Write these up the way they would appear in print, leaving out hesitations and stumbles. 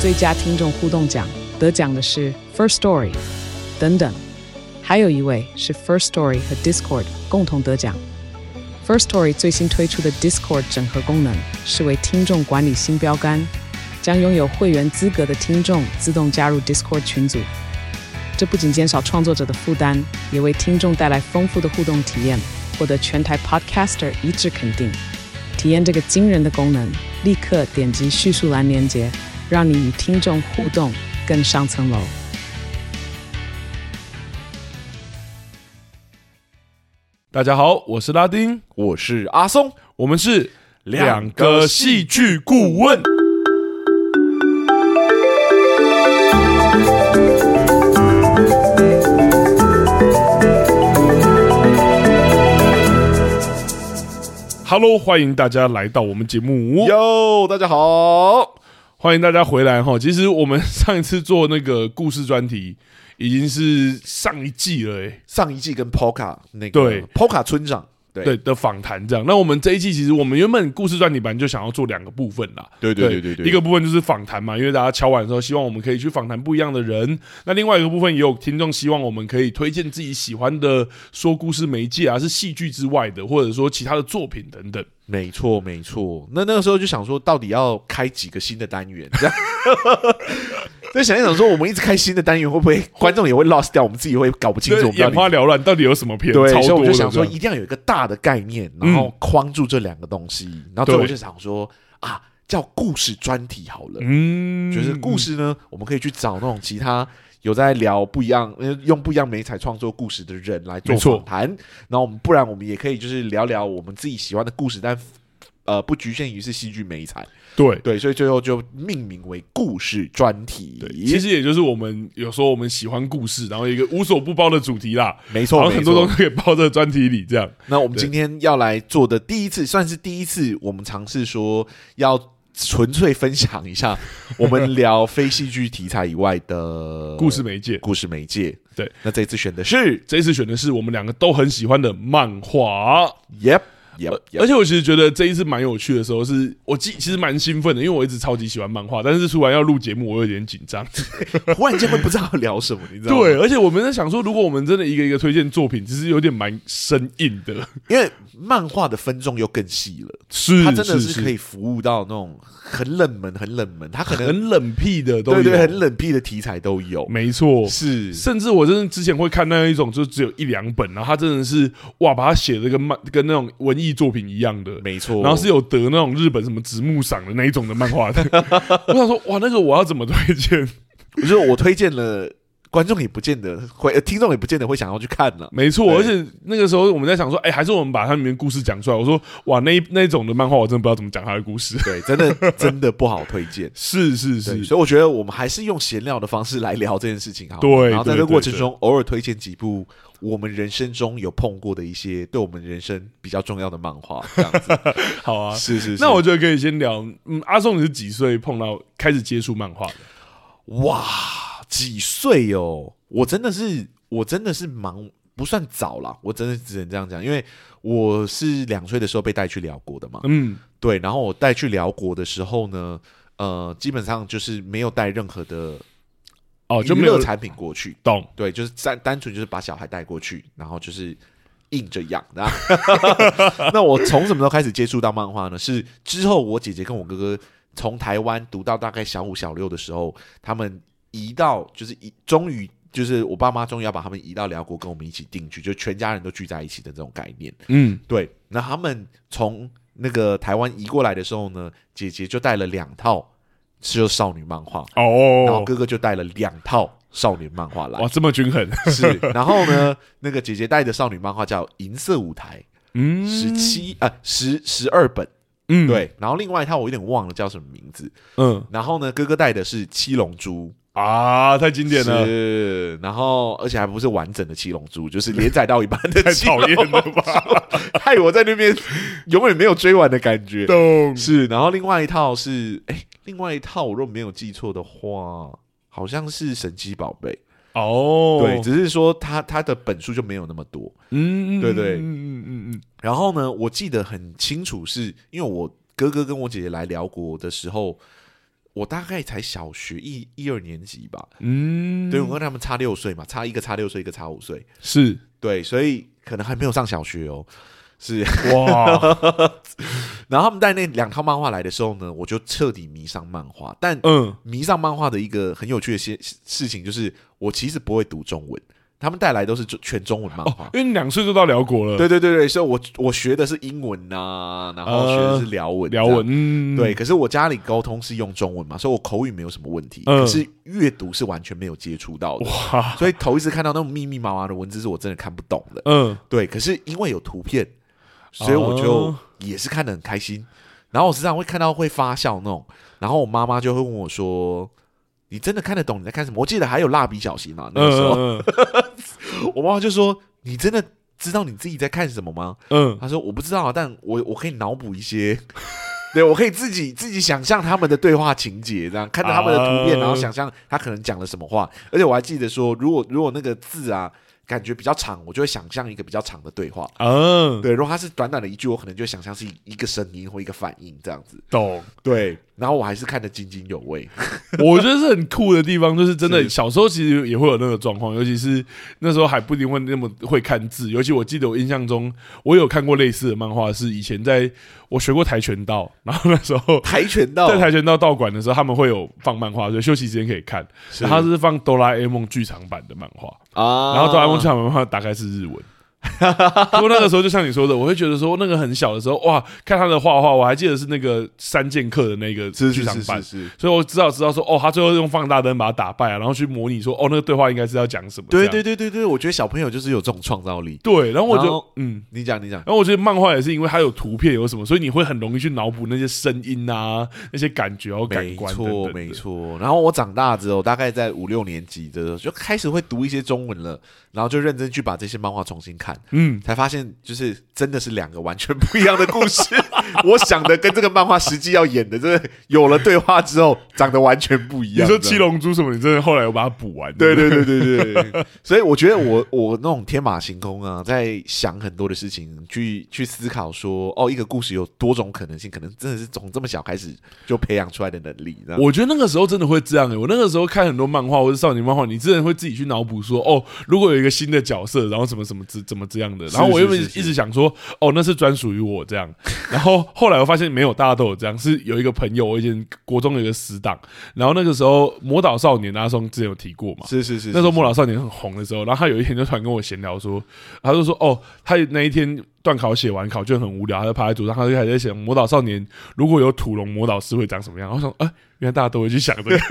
最佳听众互动奖，得奖的是 First Story 等等，还有一位是 First Story 和 Discord 共同得奖。First Story 最新推出的 Discord 整合功能是为听众管理新标杆，将拥有会员资格的听众自动加入 Discord 群组。这不仅减少创作者的负担，也为听众带来丰富的互动体验，获得全台 Podcaster 一致肯定。体验这个惊人的功能，立刻点击叙述栏连结，让你与听众互动更上层楼。 大家好，我是拉丁， 我是阿松， 我们是两个戏剧顾问。Hello， 欢迎大家来到我们节目。 哟，大家好， 欢迎大家回来哈。其实我们上一次做那个故事专题，已经是上一季了上一季跟 Polka 那个对 Polka 村长对的访谈这样。那我们这一季其实我们原本故事专题版就想要做两个部分啦。 对， 一个部分就是访谈嘛，因为大家敲完的时候，希望我们可以去访谈不一样的人。那另外一个部分也有听众希望我们可以推荐自己喜欢的说故事媒介啊，是戏剧之外的，或者说其他的作品等等。 没错。那个时候就想说，到底要开几个新的单元？这样，就想一想说，我们一直开新的单元，会不会观众也会 lost 掉？我们自己会搞不清楚， 眼花缭乱，到底有什么片？ 对， 超多的。 所以我就想说，一定要有一个大的概念，然后框住这两个东西。然后最后我就想说啊，叫故事专题好了。就是故事呢，我们可以去找那种其他有在聊不一样，用不一样媒材创作故事的人来做访谈。然后不然我们也可以就是聊聊我们自己喜欢的故事，但不局限于是戏剧媒材。对，所以最后就命名为故事专题。 对，其实也就是我们有时候我们喜欢故事，然后一个无所不包的主题啦。 没错， 然后很多东西可以包在专题里这样。 那我们今天要来做的第一次，算是第一次，我们尝试说要纯粹分享一下我们聊非戏剧题材以外的故事媒介。对， 那这一次选的是我们两个都很喜欢的漫画。 Yep。 而且我其实觉得这一次蛮有趣的时候，是我其实蛮兴奋的，因为我一直超级喜欢漫画，但是突然要录节目，我有点紧张， 忽然间会不知道聊什么，你知道吗？ 对，而且我们在想说，如果我们真的一个一个推荐作品，其实有点蛮生硬的， 因为漫画的分众又更细了，它真的是可以服务到那种很冷门，它可能很冷僻的都有， 对，很冷僻的题材都有， 没错， 是， 甚至我真的之前会看那一种，就只有一两本，然后他真的是哇，把它写的跟那种文艺作品一样的， 没错， 然后是有得那种日本什么直木赏的那一种的漫画的，我想说哇，那个我要怎么推荐？ 我觉得我推荐了。观众也不见得会，听众也不见得会想要去看了。 没错，而且那个时候我们在想说，还是我们把它里面故事讲出来。我说，哇，那种的漫画，我真的不知道怎么讲它的故事。 对，真的不好推荐。 是， 所以我觉得我们还是用闲聊的方式来聊这件事情好。 对， 然后在这个过程中，偶尔推荐几部我们人生中有碰过的一些对我们人生比较重要的漫画，这样子。 好啊， 是。 那我觉得可以先聊，阿松你是几岁开始接触漫画的？ 哇，几岁哦？我真的是忙，不算早啦，我真的只能这样讲，因为我是2岁的时候被带去辽国的嘛。对，然后我带去辽国的时候呢，基本上就是没有带任何的就没有产品过去， 懂？ 对，就是单纯就是把小孩带过去，然后就是硬着养的。那我从什么时候开始接触到漫画呢？是之后我姐姐跟我哥哥从台湾读到大概小5、小6的时候，他们移到终于就是我爸妈终于要把他们移到辽国跟我们一起定居，就全家人都聚在一起的这种概念。对。那他们从那个台湾移过来的时候呢，姐姐就带了2套是少女漫画然后哥哥就带了2套少女漫画来。 哇，这么均衡。 是。然后呢，那个姐姐带的少女漫画叫《银色舞台》，12本。对。然后另外一套我有点忘了叫什么名字。然后呢，哥哥带的是《七龙珠》。 太经典了。 是。然后而且还不是完整的七龙珠，就是连载到一半的七龙珠。太讨厌了吧。害我在那边永远没有追完的感觉。是。然后另外一套我若没有记错的话，好像是神奇宝贝。对，只是说他的本数就没有那么多。对。然后呢，我记得很清楚，是因为我哥哥跟我姐姐来辽国的时候， 我大概才小学一二年级吧， 嗯， 对，我跟他们差6岁嘛，一个差6岁，一个差5岁， 是对，所以可能还没有上小学哦。是哇， 然后他们带那2套漫画来的时候呢，我就彻底迷上漫画。但迷上漫画的一个很有趣的事情就是，我其实不会读中文。他们带来都是全中文漫画， 因为你2岁就到辽国了。 对对对对，所以我学的是英文啊，然后学的是辽文。对。可是我家里沟通是用中文嘛，所以我口语没有什么问题。可是阅读是完全没有接触到的，所以头一次看到那种密密麻麻的文字，是我真的看不懂的。对。可是因为有图片，所以我就也是看得很开心。然后我时常会看到会发笑那种，然后我妈妈就会问我说：“你真的看得懂你在看什么？”我记得还有蜡笔小新嘛，那个时候，我妈妈就说：“你真的知道你自己在看什么吗？”她说：“我不知道，但我可以脑补一些，对我可以自己想象他们的对话情节，这样看着他们的图片，然后想象他可能讲了什么话。而且我还记得说，如果那个字啊。”感觉比较长，我就会想象一个比较长的对话。对，如果它是短短的一句，我可能就会想象是一个声音或一个反应这样子。 懂。 对，然后我还是看得津津有味。 我觉得是很酷的地方，就是真的小时候其实也会有那个状况，尤其是那时候还不一定会那么会看字。尤其我记得我印象中，我有看过类似的漫画，是以前我学过跆拳道，然后那时候跆拳道在跆拳道道馆的时候，他们会有放漫画，所以休息时间可以看。然后它是放哆啦 A 梦剧场版的漫画啊，然后哆啦 A 梦剧场版漫画大概是日文。不过那个时候就像你说的，我会觉得说那个很小的时候，哇，看他的画画，我还记得是那个3剑客的那个剧场版，所以我知道说哦，他最后用放大灯把他打败啊，然后去模拟说哦，那个对话应该是要讲什么。 对对对对对，我觉得小朋友就是有这种创造力。 对，然后我就你讲。 然后我觉得漫画也是因为它有图片有什么，所以你会很容易去脑补那些声音啊、那些感觉和感官等等。 没错。然后我长大之后，大概在5、6年级的时候，就开始会读一些中文了，然后就认真去把这些漫画重新看，才发现就是真的是2个完全不一样的故事。我想的跟这个漫画实际要演的，真的有了对话之后长得完全不一样。 你说七龙珠什么，你真的后来有把它补完？ 对。所以我觉得我那种天马行空啊，在想很多的事情，去思考说，哦，一个故事有多种可能性，可能真的是从这么小开始就培养出来的能力。 我觉得那个时候真的会这样我那个时候看很多漫画或者少年漫画，你真的会自己去脑补说，哦，如果有一个新的角色，然后怎么这样的，然后我又一直想说，哦，那是专属于我这样。然后后来我发现没有，大家都有这样。是有一个朋友，我以前国中有一个死党，然后那个时候魔导少年阿松之前有提过嘛， 是。 那时候魔导少年很红的时候，然后他有一天就突然跟我闲聊说，他就说，哦，他那一天段考写完考卷很无聊，他就趴在桌上，他就还在想魔导少年如果有土龙魔导师会长什么样。我想，原来大家都会去想这个。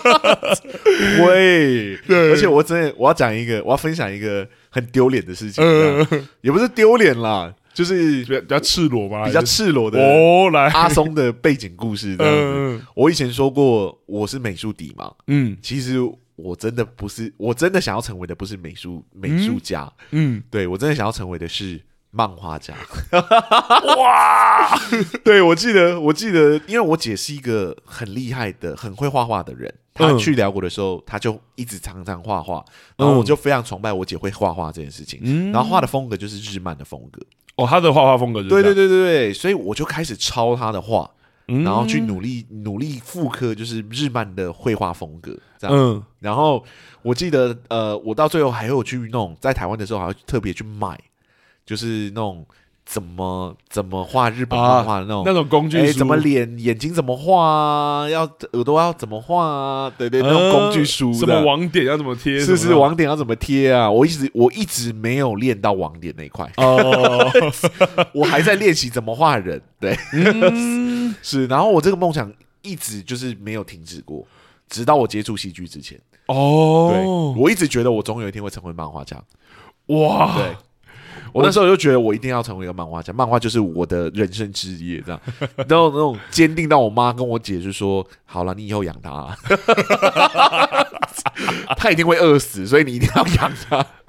会，而且我要分享一个很丢脸的事情，也不是丢脸啦。就是比较赤裸嘛， 比较赤裸的来阿松的背景故事这样子。我以前说过我是美术底嘛，其实我真的不是，我真的想要成为的不是美术家，对，我真的想要成为的是漫画家。哇！对，我记得，因为我姐是一个很厉害的、很会画画的人。她去辽国的时候，她就一直常常画画，然后我就非常崇拜我姐会画画这件事情。然后画的风格就是日漫的风格。 哦，她的画画风格就是对，所以我就开始抄她的画，然后去努力复刻就是日漫的绘画风格，这样。然后我记得，我到最后还有去那种在台湾的时候，还要特别去买，就是那种怎么画日本漫画的那种工具书， 怎么眼睛怎么画啊，耳朵要怎么画啊，对，那种工具书， 什么网点要怎么贴， 是网点要怎么贴啊？我一直没有练到网点那一块我还在练习怎么画人，对，是。然后我这个梦想一直就是没有停止过，直到我接触戏剧之前。对，我一直觉得我总有一天会成为漫画家。哇，对。我那时候就觉得我一定要成为一个漫画家，漫画就是我的人生事业，这样。然后那种坚定到我妈跟我姐就说：“好了，你以后养他，他一定会饿死，所以你一定要养他。”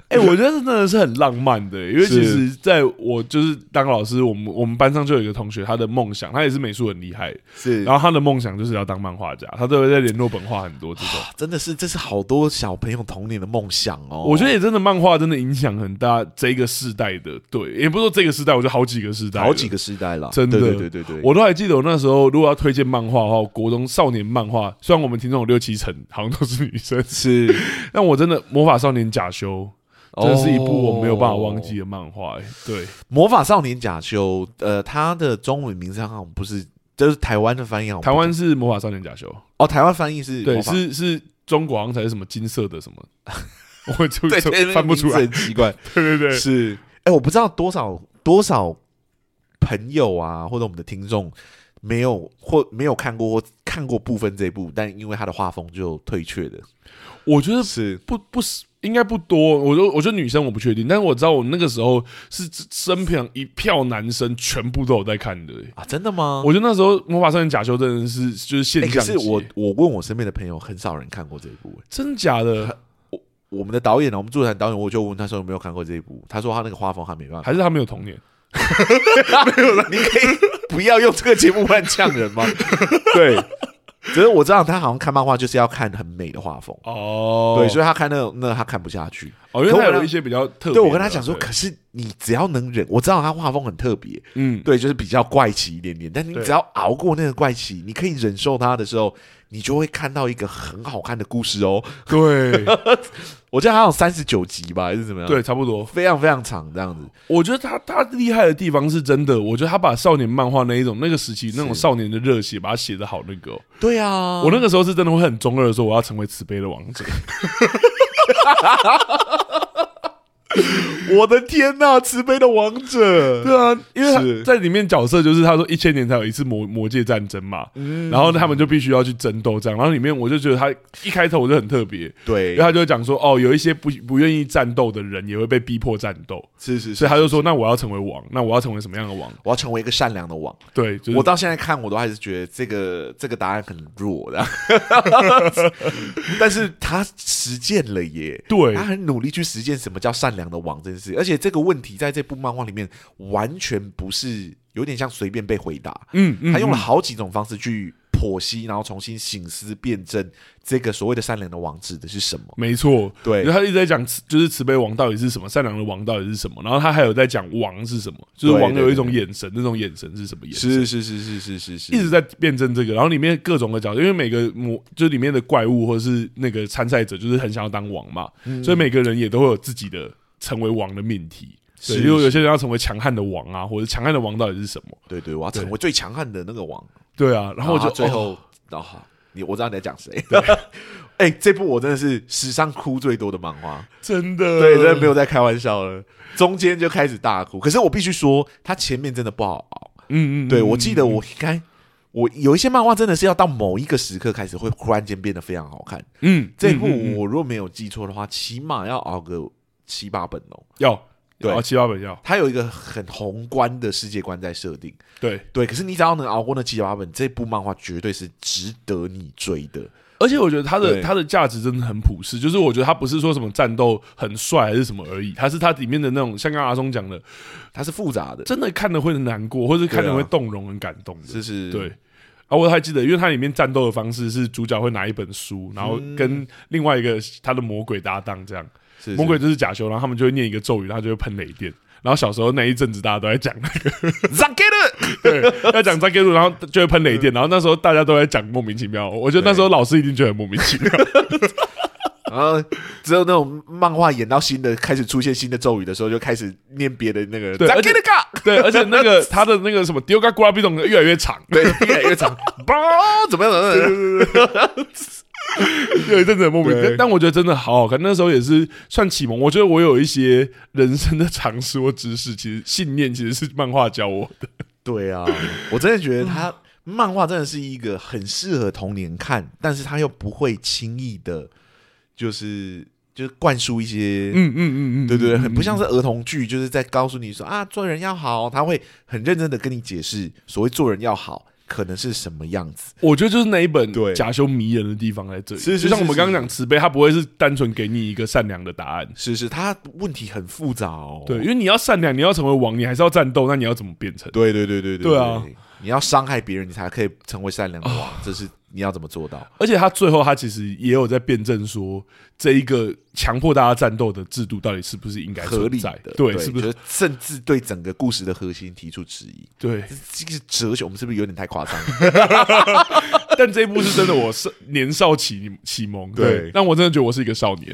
我觉得这真的是很浪漫的，因为其实在我就是当老师，我们班上就有一个同学，他的梦想，他也是美术很厉害， 是， 然后他的梦想就是要当漫画家，他都会在联络本画很多这种， 真的是这是好多小朋友童年的梦想哦。 我觉得也真的漫画真的影响很大这个世代的，对，也不是说这个世代，我觉得好几个世代了，真的， 对， 我都还记得我那时候如果要推荐漫画的话，国中少年漫画，虽然我们听众有6-7成好像都是女生， 是， 但我真的魔法少年假修。这是一部我没有办法忘记的漫画，对， 魔法少年假修，它的中文名字好像不是，就是台湾的翻译， 台湾是魔法少年假修， 哦，台湾翻译是， 对，是中国好像才是什么金色的什么，我就翻不出来， 很奇怪， 对， 是，我不知道多少朋友啊，或者我们的听众没有看过或看过部分这一部，但因为他的画风就退却的， 我觉得是不是。应该不多，我觉得女生我不确定，但是我知道我那个时候是身旁一票男生全部都有在看的啊，真的吗？ 我觉得那时候魔法少年假修真的是就是现象级， 可是我问我身边的朋友，很少人看过这一部， 真假的？ 我们的导演呢，我们驻团导演，我就问他说有没有看过这一部，他说他那个画风他没办法， 还是他没有童年？ 没有了，你可以不要用这个节目乱呛人吗？对。只是我知道他好像看漫画就是要看很美的画风哦，对，所以他看那他看不下去哦，因为他有一些比较特别。 对，我跟他讲说，可是你只要能忍，我知道他画风很特别，对，就是比较怪奇一点点，但你只要熬过那个怪奇，你可以忍受它的时候，你就会看到一个很好看的故事哦。 对， 我记得好像有39集吧，还是怎么样？ 对，差不多， 非常非常长这样子。 我觉得他厉害的地方是真的，我觉得他把少年漫画那个时期那种少年的热血，把它写得好那个、哦。 对啊， 我那个时候是真的会很中二的说，我要成为慈悲的王者。 我的天哪，慈悲的王者！ 对啊，因为他在里面角色就是他说1000年才有一次魔界战争嘛，然后他们就必须要去争斗这样，然后里面我就觉得他一开头我就很特别， 对， 因为他就会讲说哦，有一些不愿意战斗的人也会被逼迫战斗， 是， 所以他就说那我要成为王，那我要成为什么样的王？ 我要成为一个善良的王。 对，就是、 我到现在看我都还是觉得这个答案很弱的，但是他实践了耶， 对， 他很努力去实践什么叫善良的王这件事，而且这个问题在这部漫画里面完全不是有点像随便被回答，他用了好几种方式去剖析，然后重新省思辩证这个所谓的善良的王指的是什么。 没错， 对， 他一直在讲就是慈悲王到底是什么，善良的王到底是什么，然后他还有在讲王是什么，就是王有一种眼神，那种眼神是什么眼神？是，一直在辩证这个，然后里面各种的角色，因为每个就是里面的怪物或者是那个参赛者，就是很想要当王嘛，所以每个人也都会有自己的成为王的命题。对，因为有些人要成为强悍的王啊，或者强悍的王到底是什么？ 对，我要成为最强悍的那个王。 对啊，然后我就最后，我知道你在讲谁。这部我真的是史上哭最多的漫画， 真的， 对，真的没有在开玩笑了。中间就开始大哭，可是我必须说，他前面真的不好熬。对，我记得我有一些漫画真的是要到某一个时刻开始会忽然间变得非常好看。这部我如果没有记错的话，起码要熬个7-8本哦。 要。对，7-8本要， 它有一个很宏观的世界观在设定， 对， 可是你只要能熬过那7-8本，这部漫画绝对是值得你追的。 而且我觉得它的价值真的很普世，就是我觉得它不是说什么战斗很帅还是什么而已，它是它里面的那种，像刚刚阿松讲的， 它是复杂的， 真的看了会难过，或者看了会动容、很感动的， 是， 对。啊，我还记得，因为它里面战斗的方式是主角会拿一本书，然后跟另外一个他的魔鬼搭档这样。魔鬼就是假修，然后他们就会念一个咒语，他就会喷雷电。然后小时候那一阵子，大家都在讲那个 Zageru， 对，要讲 Zageru， 然后就会喷雷电。然后那时候大家都在讲莫名其妙，我觉得那时候老师一定觉得很莫名其妙。 然后只有那种漫画演到新的开始出现新的咒语的时候，就开始念别的那个 Zageru， 对，而且那个他的那个什么 Dioga Gurabi 越来越长， 对，越来越长，怎么样？对。 有一阵子很莫名，但我觉得真的好好看。那时候也是算启蒙，我觉得我有一些人生的常识或知识，其实信念其实是漫画教我的。 对啊，我真的觉得他漫画真的是一个很适合童年看，但是他又不会轻易的，就是灌输一些，对，很不像是儿童剧，就是在告诉你说啊，做人要好，他会很认真的跟你解释所谓做人要好。 可能是什么样子。 我觉得就是那一本对假修迷人的地方在这里， 是就像我们刚刚讲慈悲，它不会是单纯给你一个善良的答案， 是他问题很复杂哦。 对，因为你要善良，你要成为王，你还是要战斗，那你要怎么变成？ 对啊， 你要伤害别人，你才可以成为善良的王，这是你要怎么做到？ 而且他最后他其实也有在辩证说，这一个强迫大家战斗的制度到底是不是应该合理存在的？ 对，是不是？ 甚至对整个故事的核心提出质疑？ 对， 这个哲学我们是不是有点太夸张了？ 但这一部是真的，我是年少启蒙，对，但我真的觉得我是一个少年。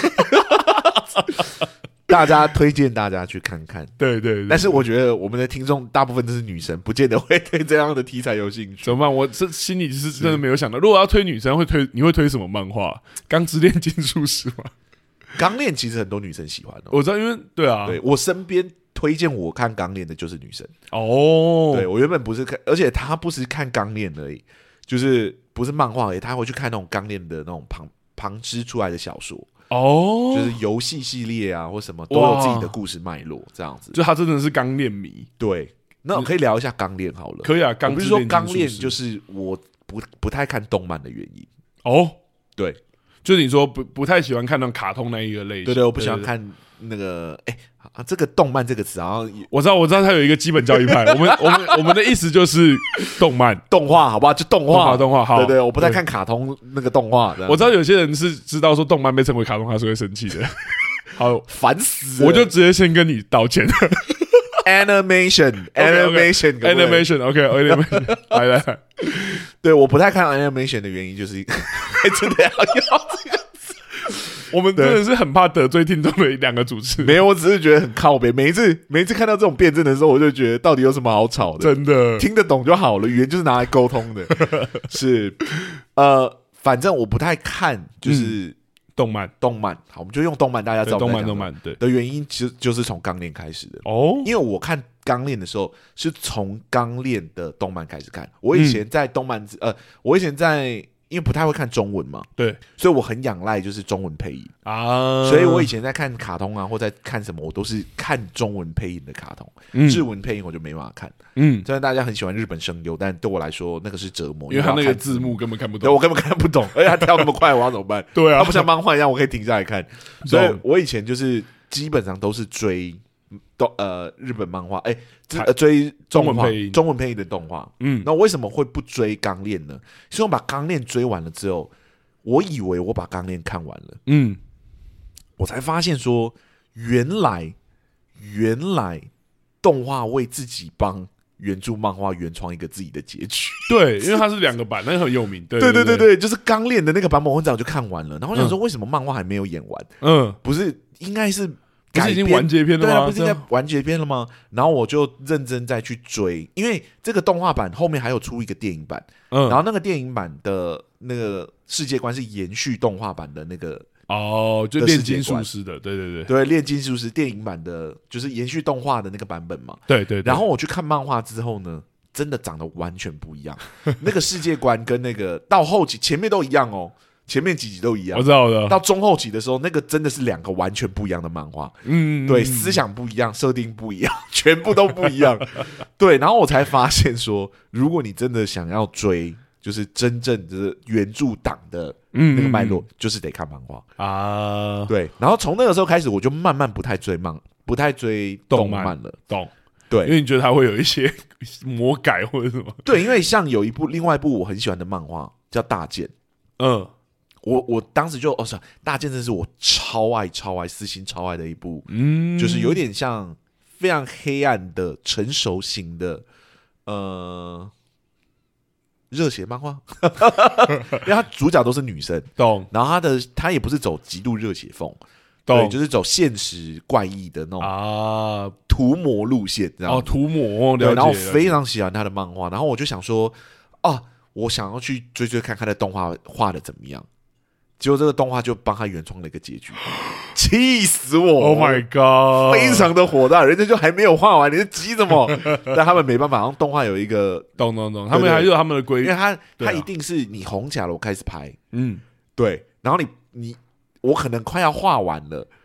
大家推荐大家去看看， 对， 但是我觉得我们的听众大部分都是女生，不见得会对这样的题材有兴趣。 怎么办？我这心里是真的没有想到，如果要推女生，你会推什么漫画？《钢之炼金术师》吗？ 钢炼其实很多女生喜欢哦， 我知道，因为对啊， 对我身边推荐我看钢炼的就是女生哦。 对我原本不是看，而且她不是看钢炼而已，就是不是漫画而已，她会去看那种钢炼的那种旁支出来的小说。 哦， 就是游戏系列啊，或什么都有自己的故事脉络，这样子。 就他真的是钢炼迷。 对，那我可以聊一下钢炼好了。 可以啊， 我不是说钢炼就是我不太看动漫的原因。 哦， 对， 就是你说不太喜欢看那种卡通那一个类型。 对，我不喜欢看那个这个动漫这个词好像我知道它有一个基本教义派。我们的意思就是动漫动画，好不好？就动画好。对，我不太看卡通那个动画。 我知道有些人是知道说动漫被称为卡通，他是会生气的。好， 烦死了！ 我就直接先跟你道歉。 Animation， OK， 来， 对，我不太看 animation 的原因就是真的要这个。 我们真的是很怕得罪听众的两个主持人。 没有，我只是觉得很靠北。每一次看到这种辩证的时候，我就觉得到底有什么好吵的？ 真的听得懂就好了，语言就是拿来沟通的。是，反正我不太看，就是动漫。好，我们就用动漫，大家知道动漫对的原因，其实就是从钢炼开始的哦。 因为我看钢炼的时候是从钢炼的动漫开始看。我以前在因为不太会看中文嘛， 对， 所以我很仰赖就是中文配音啊。 所以我以前在看卡通啊，或在看什么，我都是看中文配音的卡通，日文配音我就没办法看。虽然大家很喜欢日本声优，但对我来说那个是折磨， 因为他那个字幕根本看不懂， 对我根本看不懂，而且他跳那么快，我要怎么办？ 对啊， 他不像漫画一样，我可以停下来看。所以我以前就是基本上都是追日本漫画，追中文配音的动画。那我为什么会不追钢炼呢？是我把钢炼追完了之后，我以为我把钢炼看完了，我才发现说，原来动画为自己帮原著漫画原创一个自己的结局。 对，因为它是2个版，那个很有名。 对，就是钢炼的那个版本，我很早就看完了。然后我想说，为什么漫画还没有演完？不是应该是不是已经完结篇了吗？ 对啊，不是应该完结篇了吗？然后我就认真再去追，因为这个动画版后面还有出一个电影版，然后那个电影版的那个世界观是延续动画版的那个。 就炼金术师的，对， 炼金术师电影版的，就是延续动画的那个版本嘛。 对。 然后我去看漫画之后呢，真的长得完全不一样。那个世界观跟那个到后期前面都一样哦，前面几集都一样。 我知道的。 到中后期的时候，那个真的是2个完全不一样的漫画。对，思想不一样，设定不一样，全部都不一样。对，然后我才发现说，如果你真的想要追。就是真正就是原著党的那个脉络，就是得看漫画啊。对，然后从那个时候开始，我就慢慢不太追动漫了。 懂？对，因为为你觉得它会有一些魔改或者什么？ 对，因为像有另外一部我很喜欢的漫画叫《大剑》。我当时就《大剑》真是我超爱、私心超爱的一部，就是有点像非常黑暗的成熟型的，热血漫画，因为他主角都是女生， 懂？ 然后他也不是走极度热血风，对，就是走现实怪异的那种涂抹路线，这样涂抹。 对，然后我非常喜欢他的漫画，然后我就想说，我想要去追看他的动画画的怎么样。结果这个动画就帮他原创了一个结局，气死我 ！Oh my god， 非常的火大，人家就还没有画完，你是急什么？但他们没办法，让动画有一个懂，他们还是有他们的规矩， 因为他一定是你红起来了，我开始拍，对，然后我可能快要画完了，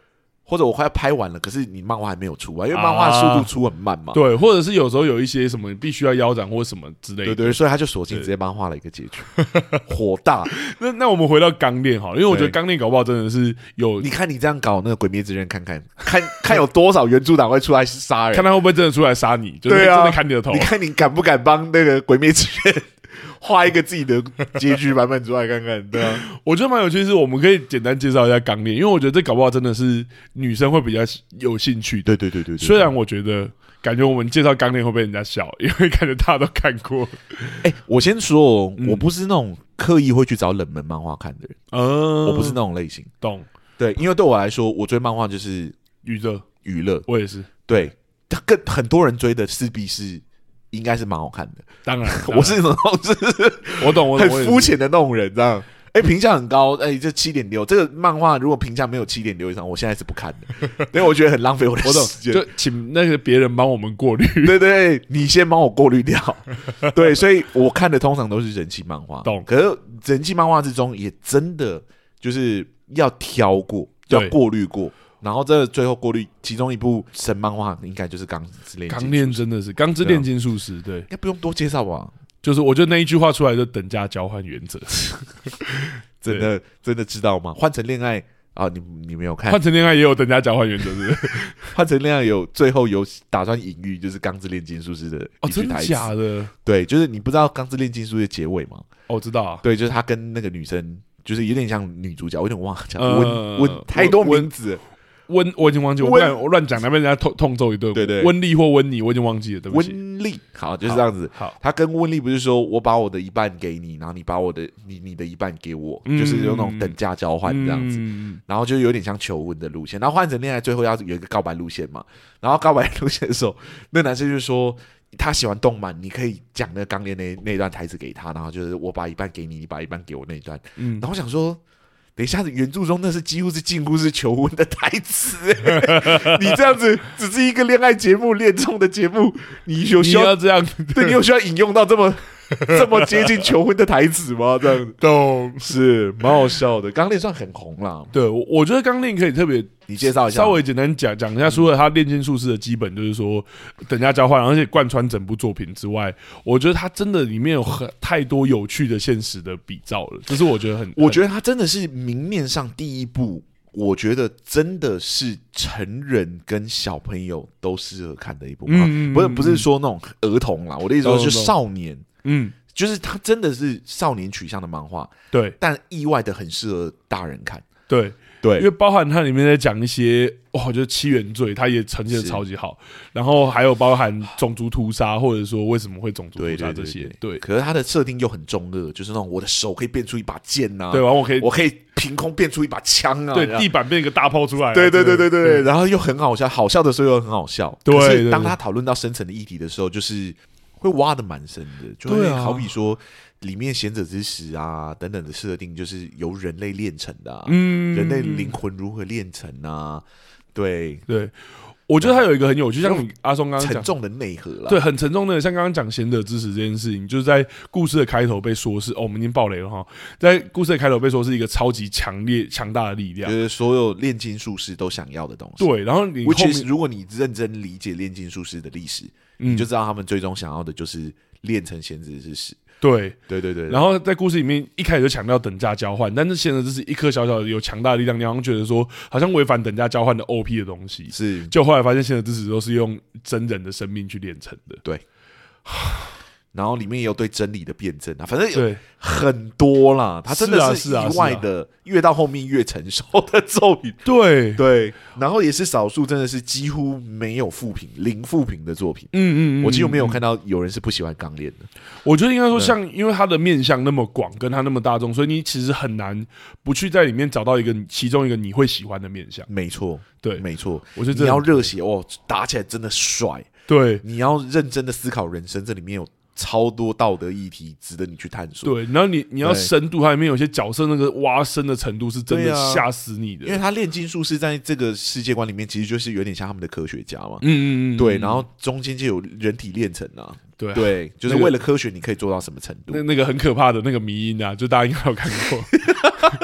或者我快要拍完了，可是你漫画还没有出啊，因为漫画的速度出很慢嘛。 对，或者是有时候有一些什么必须要腰斩或什么之类的。 对，所以他就索性直接漫画了一个结局，火大。 那我们回到钢炼好了，因为我觉得钢炼搞不好真的是有， 你看你这样搞那个鬼灭之刃，看有多少原著党会出来杀人， 看他会不会真的出来杀你，就是真的砍你的头。 你看你敢不敢帮那个鬼灭之刃画一个自己的结局版本出来看看？对啊， 我觉得蛮有趣的是，我们可以简单介绍一下钢炼，因为我觉得这搞不好真的是女生会比较有兴趣的。 对。 虽然我觉得感觉我们介绍钢炼会被人家笑，因为感觉大家都看过。 我先说，我不是那种刻意会去找冷门漫画看的人，我不是那种类型。 懂？ 对，因为对我来说，我追漫画就是娱乐。 我也是。 对，很多人追的势必是应该是蛮好看的。 当然我是那种就是我懂很肤浅的那种人，这样。评价很高，这7.6，这个漫画如果评价没有7.6以上，我现在是不看的，因为我觉得很浪费我的时间。 就请那个别人帮我们过滤。 对，你先帮我过滤掉。对，所以我看的通常都是人气漫画。 懂？ 可是人气漫画之中，也真的就是要挑过，要过滤过。然后这最后过滤，其中一部神漫画应该就是《钢之炼金术师》。 钢炼真的是《钢之炼金术师》，对， 应该不用多介绍吧？ 就是我觉得那一句话出来就等价交换原则， 真的知道吗？换成恋爱啊，你没有看？ 换成恋爱也有等价交换原则，是不是？ 换成恋爱最后有打算隐喻，就是《钢之炼金术师》的一句台词。 真的假的？ 对，就是你不知道《钢之炼金术师》的结尾吗？ 我知道啊。 对，就是他跟那个女生，就是有点像女主角，我有点忘了讲温太多名字。 我已经忘记，我乱讲，那边人家痛揍一顿。 对， 温丽或温妮，我已经忘记了，对不起。 温丽，好，就是这样子。 好， 他跟温丽不是说我把我的一半给你，然后你把你的一半给我，就是有那种等价交换这样子。然后就有点像求婚的路线，然后换成恋爱，最后要有一个告白路线嘛。然后告白路线的时候，那男生就说他喜欢动漫，你可以讲那个钢炼那段台词给他，然后就是我把一半给你，你把一半给我那一段。然后我想说，等一下，原著中那是几乎是近乎是求婚的台词。你这样子只是一个恋爱节目、恋综的节目，你需要这样？ 对，你有需要引用到这么接近求婚的台词吗？这样子懂是蛮好笑的。钢炼算很红啦， 对，我觉得钢炼可以特别你介绍一下， 稍微简单讲一下。除了他炼金术师的基本就是说等价交换，而且贯穿整部作品之外，我觉得他真的里面有太多有趣的现实的比照了，这是我觉得我觉得他真的是明面上第一部，我觉得真的是成人跟小朋友都适合看的一部漫画，不是说那种儿童啦，我的意思说是少年。就是它真的是少年取向的漫画， 对， 但意外的很适合大人看， 对，因为包含它里面在讲一些，我觉得七原罪，它也呈现的超级好，然后还有包含种族屠杀，或者说为什么会种族屠杀这些，对。 可是它的设定又很中二，就是那种我的手可以变出一把剑啊， 对，然后我可以凭空变出一把枪啊， 对，地板变一个大炮出来， 对，然后又很好笑，好笑的时候又很好笑， 对。 可是当他讨论到深层的议题的时候，就是会挖的蛮深的，就会好比说里面贤者之石啊等等的设定，就是由人类炼成的、人类灵魂如何炼成啊？对， 我觉得它有一个很有趣，像你阿松刚刚讲沉重的内核啦， 对，很沉重的，像刚刚讲贤者之石这件事情，就是在故事的开头被说是我们已经爆雷了哈，在故事的开头被说是一个超级强大的力量， 就是所有炼金术师都想要的东西。 对，然后你后面如果你认真理解炼金术师的历史，你就知道他们最终想要的就是炼成贤者之石。对， 然后在故事里面一开始就强调等价交换，但是贤者之石一颗小小的有强大的力量，你好像觉得说好像违反等价交换的 OP 的东西， 是， 就后来发现贤者之石都是用真人的生命去炼成的， 对。然后里面也有对真理的辩证啊，反正有很多啦，它真的是意外的，越到后面越成熟的作品，对，然后也是少数真的是几乎没有负评、零负评的作品，我几乎没有看到有人是不喜欢钢炼的。 我觉得应该说因为它的面向那么广，跟它那么大众，所以你其实很难不去在里面找到其中一个你会喜欢的面向。 没错，对，没错， 我觉得你要热血哦，打起来真的帅， 对， 你要认真的思考人生，这里面有超多道德议题值得你去探索。 对，然后你要深度，它里面有些角色那个挖深的程度是真的吓死你的， 因为他炼金术士在这个世界观里面其实就是有点像他们的科学家嘛，对，然后中间就有人体炼成啊，对，就是为了科学你可以做到什么程度？ 那个很可怕的那个迷因啊，就大家应该有看过。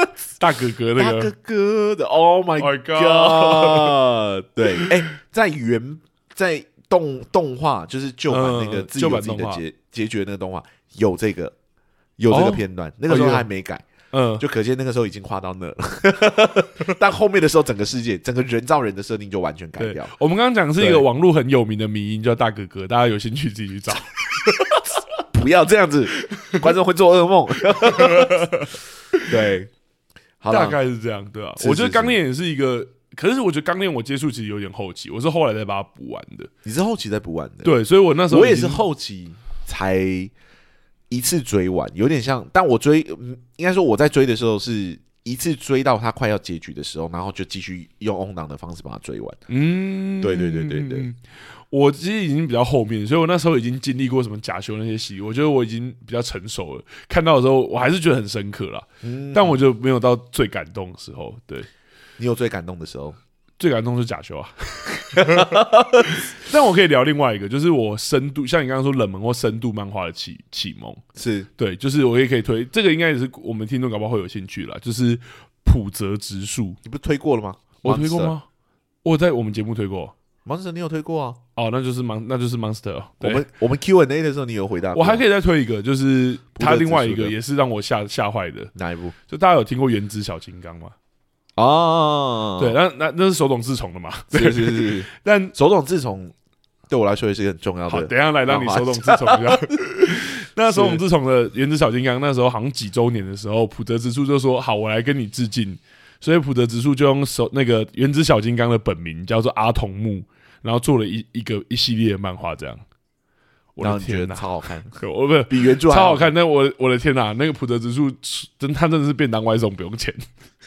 大哥哥那大哥个， 哥的 ，Oh my my God！ 对，在动画就是旧版那个自己有自己的结局的那个动画有这个片段，那个时候他还没改。就可见那个时候已经画到那了，但后面的时候，整个世界、整个人造人的设定就完全改掉。 我们刚刚讲是一个网络很有名的迷因，叫大哥哥，大家有兴趣自己去找。 不要这样子，观众会做噩梦。对， 大概是这样，对啊。我觉得钢炼也是一个，可是我觉得钢炼我接触其实有点后期，我是后来才把它补完的。 你是后期才补完的？ 对，所以我那时候我也是后期才一次追完，有点像，但我应该说我在追的时候是一次追到它快要结局的时候，然后就继续用 on 档的方式把它追完。对。 我其实已经比较后面，所以我那时候已经经历过什么假修那些戏，我觉得我已经比较成熟了。看到的时候，我还是觉得很深刻啦，但我就没有到最感动的时候。对， 你有最感动的时候？ 最感动是假修啊。但我可以聊另外一个，就是我深度，像你刚刚说冷门或深度漫画的启蒙， 是对，就是我也可以推这个，应该也是我们听众搞不好会有兴趣啦，就是浦泽直树。 你不是推过了吗？ 我推过吗？我在我们节目推过。 Monster 你有推过啊？ 哦，那就是 Monster。 我们 Q&A 的时候你有回答过。 我还可以再推一个，就是他另外一个也是让我吓坏的。 哪一部？ 就大家有听过《原子小金刚》吗？ 哦， 对，那是手冢治虫的嘛？ 是。但手冢治虫对我来说也是一个很重要的。 好，等一下来让你手冢治虫一下。那手冢治虫的《原子小金刚》那时候好像几周年的时候，浦泽直树就说：“好，我来跟你致敬。”所以浦泽直树就用那个原子小金刚的本名叫做阿童木，然后做了一系列的漫画，这样。我的天哪， 超好看！ 我不是比原著超好看，但我的天哪，那个浦泽直树他真的是便当外送不用钱。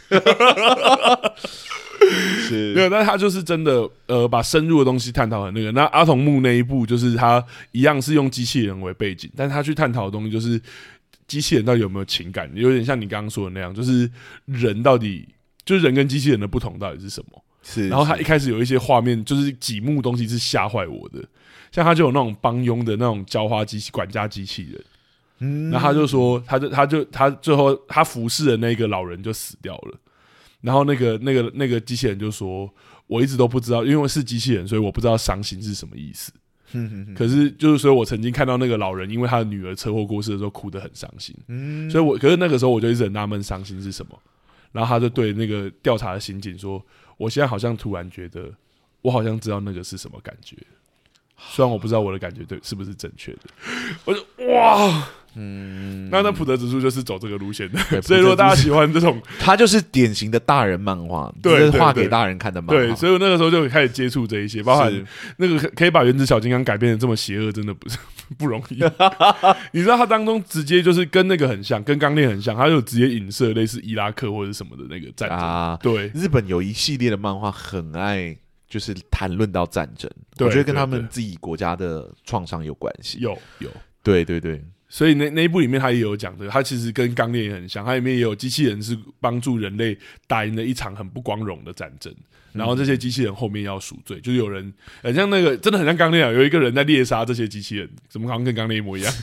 是没有，但是他就是真的把深入的东西探讨很那个。那阿童木那一部就是他一样是用机器人为背景，但他去探讨的东西就是机器人到底有没有情感，有点像你刚刚说的那样，就是人到底就是人跟机器人的不同到底是什么。 是， 然后他一开始有一些画面，就是几幕东西是吓坏我的，像他就有那种帮佣的那种浇花机器、管家机器人，然后他就说，他最后他服侍的那个老人就死掉了，然后那个机器人就说，我一直都不知道，因为是机器人，所以我不知道伤心是什么意思。可是就是所以我曾经看到那个老人因为他的女儿车祸过世的时候哭得很伤心，所以可是那个时候我就一直很纳闷伤心是什么，然后他就对那个调查的刑警说，我现在好像突然觉得我好像知道那个是什么感觉，虽然我不知道我的感觉对是不是正确的。我就哇，那浦泽直树就是走这个路线的，所以如果大家喜欢这种， 他就是典型的大人漫画， 对， 画给大人看的漫画。 对，所以我那个时候就开始接触这一些，包含那个可以把原子小金刚改编的这么邪恶，真的不容易。你知道它当中直接就是跟那个很像，跟钢炼很像，它就直接影射类似伊拉克或者什么的那个战争啊。对， 日本有一系列的漫画很爱就是谈论到战争，我觉得跟他们自己国家的创伤有关系。 有， 对。 所以那一部里面他也有讲的，他其实跟钢炼也很像，它里面也有机器人是帮助人类打赢了一场很不光荣的战争，然后这些机器人后面要赎罪，就是有人很像那个真的很像钢炼啊，有一个人在猎杀这些机器人，怎么好像跟钢炼一模一样？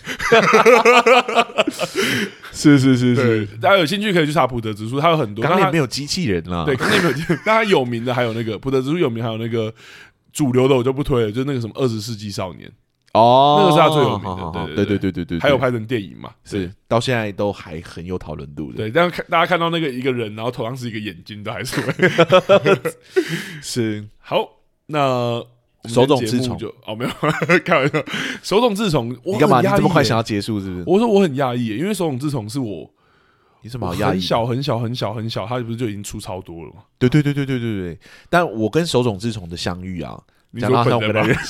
是，大家有兴趣可以去查浦泽直树，他有很多钢炼没有机器人啦， 对，钢炼没有机器人，但他有名的还有那个浦泽直树有名，还有那个主流的我就不推了，就是那个什么20世纪少年。 哦， 那个是他最有名的， 对， 还有拍成电影嘛？ 是，到现在都还很有讨论度的。 对，但大家看到那个一个人，然后头上是一个眼睛，都还是会是。 好，那手冢治虫就没有开玩笑，手冢治虫， 你干嘛？你这么快想要结束是不是？ 我说我很讶异，因为手冢治虫是我。 你什么好压抑？ 很小，他不是就已经出超多了吗？ 对。但我跟手冢治虫的相遇啊， 你说本人吗？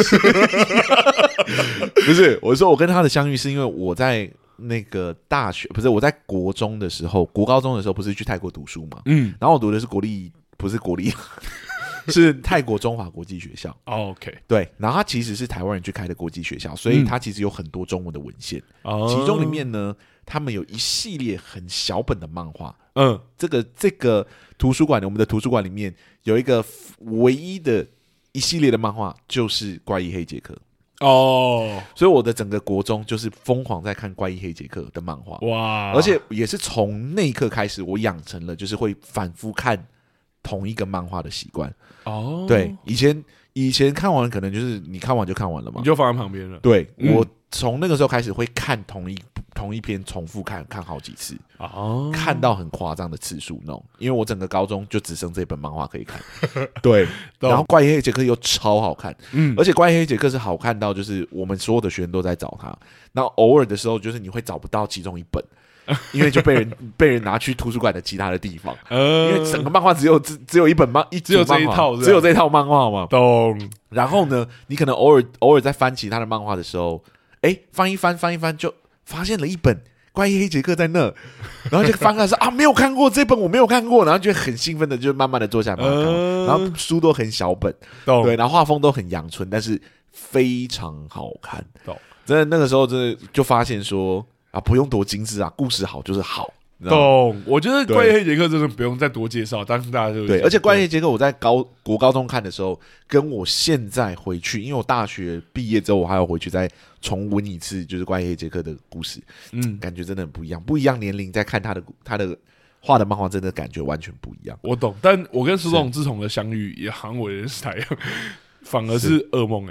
不是，我说我跟他的相遇是因为我在那个大学，不是我在国中的时候，国高中的时候不是去泰国读书嘛？然后我读的是不是国立，是泰国中华国际学校。 OK， 对， 然后他其实是台湾人去开的国际学校，所以他其实有很多中文的文献，其中里面呢。他们有一系列很小本的漫画，这个图书馆，我们的图书馆里面有一个唯一的一系列的漫画，就是怪异黑杰克。 哦， 所以我的整个国中就是疯狂在看怪异黑杰克的漫画， 哇！ 而且也是从那一刻开始，我养成了就是会反复看同一个漫画的习惯。 哦， 对，以前看完可能就是你看完就看完了嘛， 你就放在旁边了。 对，我从那个时候开始会看同一篇重复看好几次， 哦， 看到很夸张的次数那种。因为我整个高中就只剩这本漫画可以看，对。然后怪异黑杰克又超好看，而且怪异黑杰克是好看到就是我们所有的学生都在找它，然后偶尔的时候就是你会找不到其中一本。因为就被人拿去图书馆的其他的地方，因为整个漫画只有一本只有这一套， 只有这一套漫画嘛。 懂。 然后呢，你可能偶尔在翻其他的漫画的时候，翻一翻就发现了一本怪异黑杰克在那，然后就翻开说啊没有看过这本，我没有看过，然后就很兴奋的就慢慢的坐下来慢慢看，然后书都很小本，对，然后画风都很阳春，但是非常好看。真的那个时候真的就发现说。不用多精致啊，故事好就是好。 懂，我觉得怪异黑杰克真的不用再多介绍，但是大家就对，而且怪异黑杰克我在国高中看的时候，跟我现在回去，因为我大学毕业之后，我还要回去再重温一次，就是怪异黑杰克的故事，感觉真的很不一样。不一样年龄在看他的画的漫画，真的感觉完全不一样。 我懂，但我跟苏总志同的相遇也好像我也是一样，反而是噩梦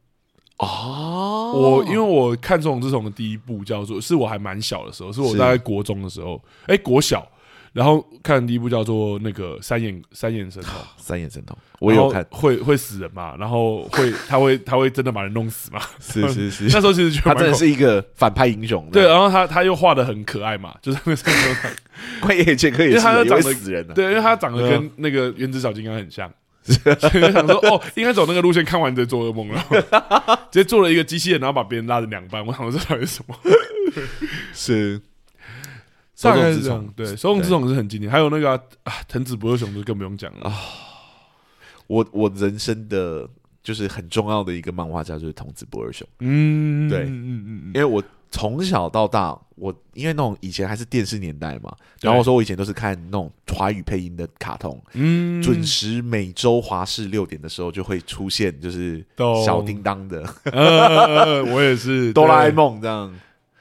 因为我看这种的第一部叫做，是我还蛮小的时候，是我大概国中的时候，国小，然后看的第一部叫做那个三眼神童， 三眼神童，我也有看， 会死人嘛，然后他会真的把人弄死嘛， 是， 那时候其实觉得他真的是一个反派英雄， 对，然后他又画的很可爱嘛，就是那个怪异黑杰克也是，因为他长得死人的， 对，因为他长得跟那个原子小金刚很像。所以想说应该走那个路线，看完再做噩梦，然后直接做了一个机器人，然后把别人拉成两半。我想说这到底是什么？ 是， 大概是这样。对，手冢治虫是很经典，还有那个藤子不二雄就更不用讲了啊。 我人生的就是很重要的一个漫画家就是藤子不二雄。对，因为我从小到大，因为那种以前还是电视年代嘛，然后我说我以前都是看那种华语配音的卡通，准时每周华视6点的时候就会出现，就是小叮当的， 我也是哆啦 A 梦这样，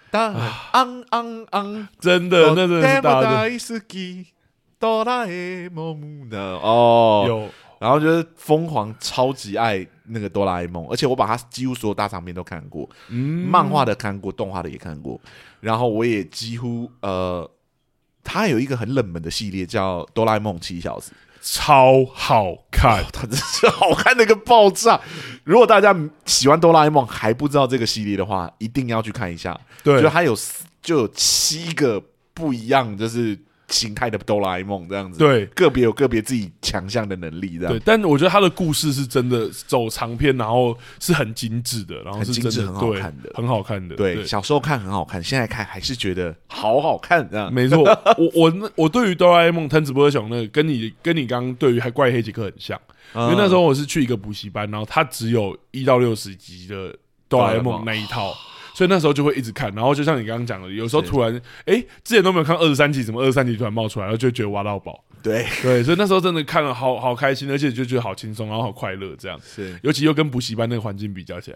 真的，那真的是大的哆啦 A 梦的哦， 有。 然后就是疯狂超级爱那个哆啦 A 梦，而且我把它几乎所有大长篇都看过，漫画的看过，动画的也看过，然后我也几乎它有一个很冷门的系列叫哆啦 A 梦7小时， 超好看， 它真是好看的一个爆炸。如果大家喜欢哆啦 A 梦还不知道这个系列的话，一定要去看一下。对，就它有7个不一样，就是形态的哆啦 A 梦这样子， 对， 个别有个别自己强项的能力，这样。 对，但我觉得他的故事是真的走长篇，然后是很精致的，然后是真的很好看的， 很好看的。 对，小时候看很好看，现在看还是觉得好好看，这样。 没错，我对于哆啦 A 梦、藤子不二雄那个跟你刚刚对于怪异黑杰克很像，因为那时候我是去一个补习班，然后他只有1到60集的哆啦 A 梦那一套。所以那时候就会一直看，然后就像你刚刚讲的，有时候突然之前都没有看23集，怎么23集突然冒出来，然后就觉得挖到宝。 对， 所以那时候真的看了好开心，而且就觉得好轻松，然后好快乐这样。 是， 尤其又跟补习班那个环境比较起来，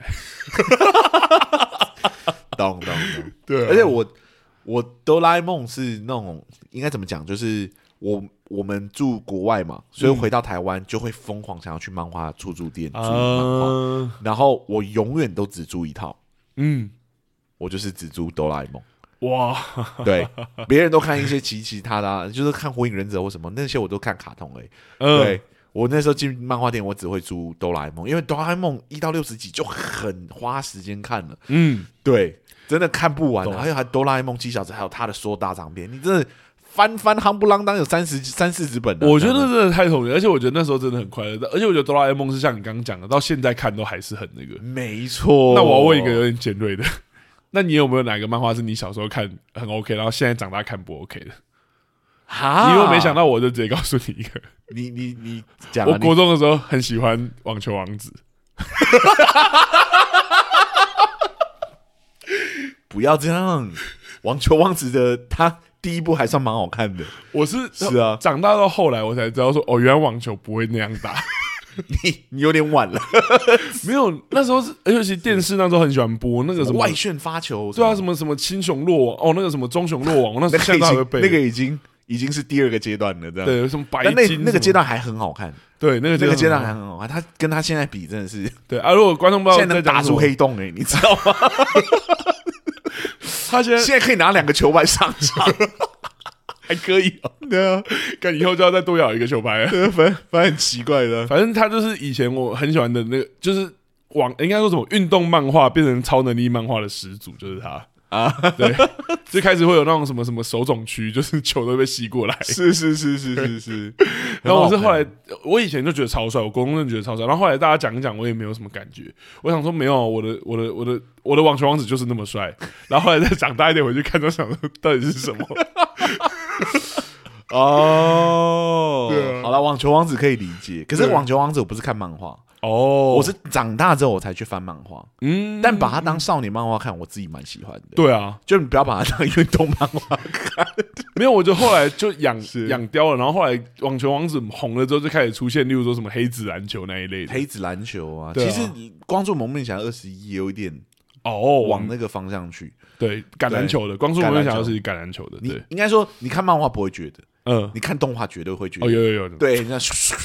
懂。 对， 而且我哆啦 A 梦是那种应该怎么讲，就是我们住国外嘛，所以回到台湾就会疯狂想要去漫画出租店租漫画，然后我永远都只租一套。我就是只租哆啦 A 梦，哇，对，别人都看一些其他的，就是看火影忍者或什么那些，我都看卡通对，我那时候进漫画店，我只会租哆啦 A 梦，因为哆啦 A 梦1到60集就很花时间看了，对，真的看不完的。还有哆啦 A 梦7小时，还有他的所有大长篇，你真的翻夯不啷当有30-40本我觉得真的太痛了，而且我觉得那时候真的很快乐，而且我觉得哆啦 A 梦是像你刚刚讲的，到现在看都还是很那个， 没错。 那我要问一个有点尖锐的。那你有没有哪个漫画是你小时候看很 OK， 然后现在长大看不 OK 的？你有没有没想到，我就直接告诉你一个。 你讲， 我国中的时候很喜欢网球王子。 不要这样，网球王子的他第一部还算蛮好看的。 是啊，长大到后来我才知道说，原来网球不会那样打。 你有点晚了。 没有，那时候是，尤其电视那时候很喜欢播那个什么外旋发球， 对啊，什么什么青熊落网，那个什么中熊落网，我那时候现在还会背。 那个已经是第2个阶段了，这样。 对，什么白金那个阶段还很好看。 对，那个阶段还很好看。他跟他现在比，真的是对啊。如果观众不知道现在能打出黑洞你知道吗？ 他现在可以拿2个球拍上场。 还可以对啊，看以后就要再多咬1个球拍了。 反正很奇怪的， 反正他就是以前我很喜欢的那个，就是应该说什么运动漫画变成超能力漫画的始祖，就是他啊。对，就开始会有那种什么什么手冢区，就是球都被吸过来。 是。 然后我是后来，我以前就觉得超帅，我国中就觉得超帅。然后后来大家讲一讲，我也没有什么感觉。我想说没有，我的网球王子就是那么帅。然后后来再长大一点回去看，就想说到底是什么。 对啊，好了，网球王子可以理解，可是网球王子我不是看漫画我是长大之后我才去翻漫画，但把它当少年漫画看，我自己蛮喜欢的。 对啊， 就你不要把它当运动漫画看。 没有，我就后来就养刁了，然后后来网球王子红了之后，就开始出现，例如说什么黑子篮球那一类的。 黑子篮球啊，其实光做蒙面侠21也有一点往那个方向去。 对，橄榄球的，光做蒙面侠是橄榄球的。对， 应该说你看漫画不会觉得，你看动画绝对会觉得。 有， 对，那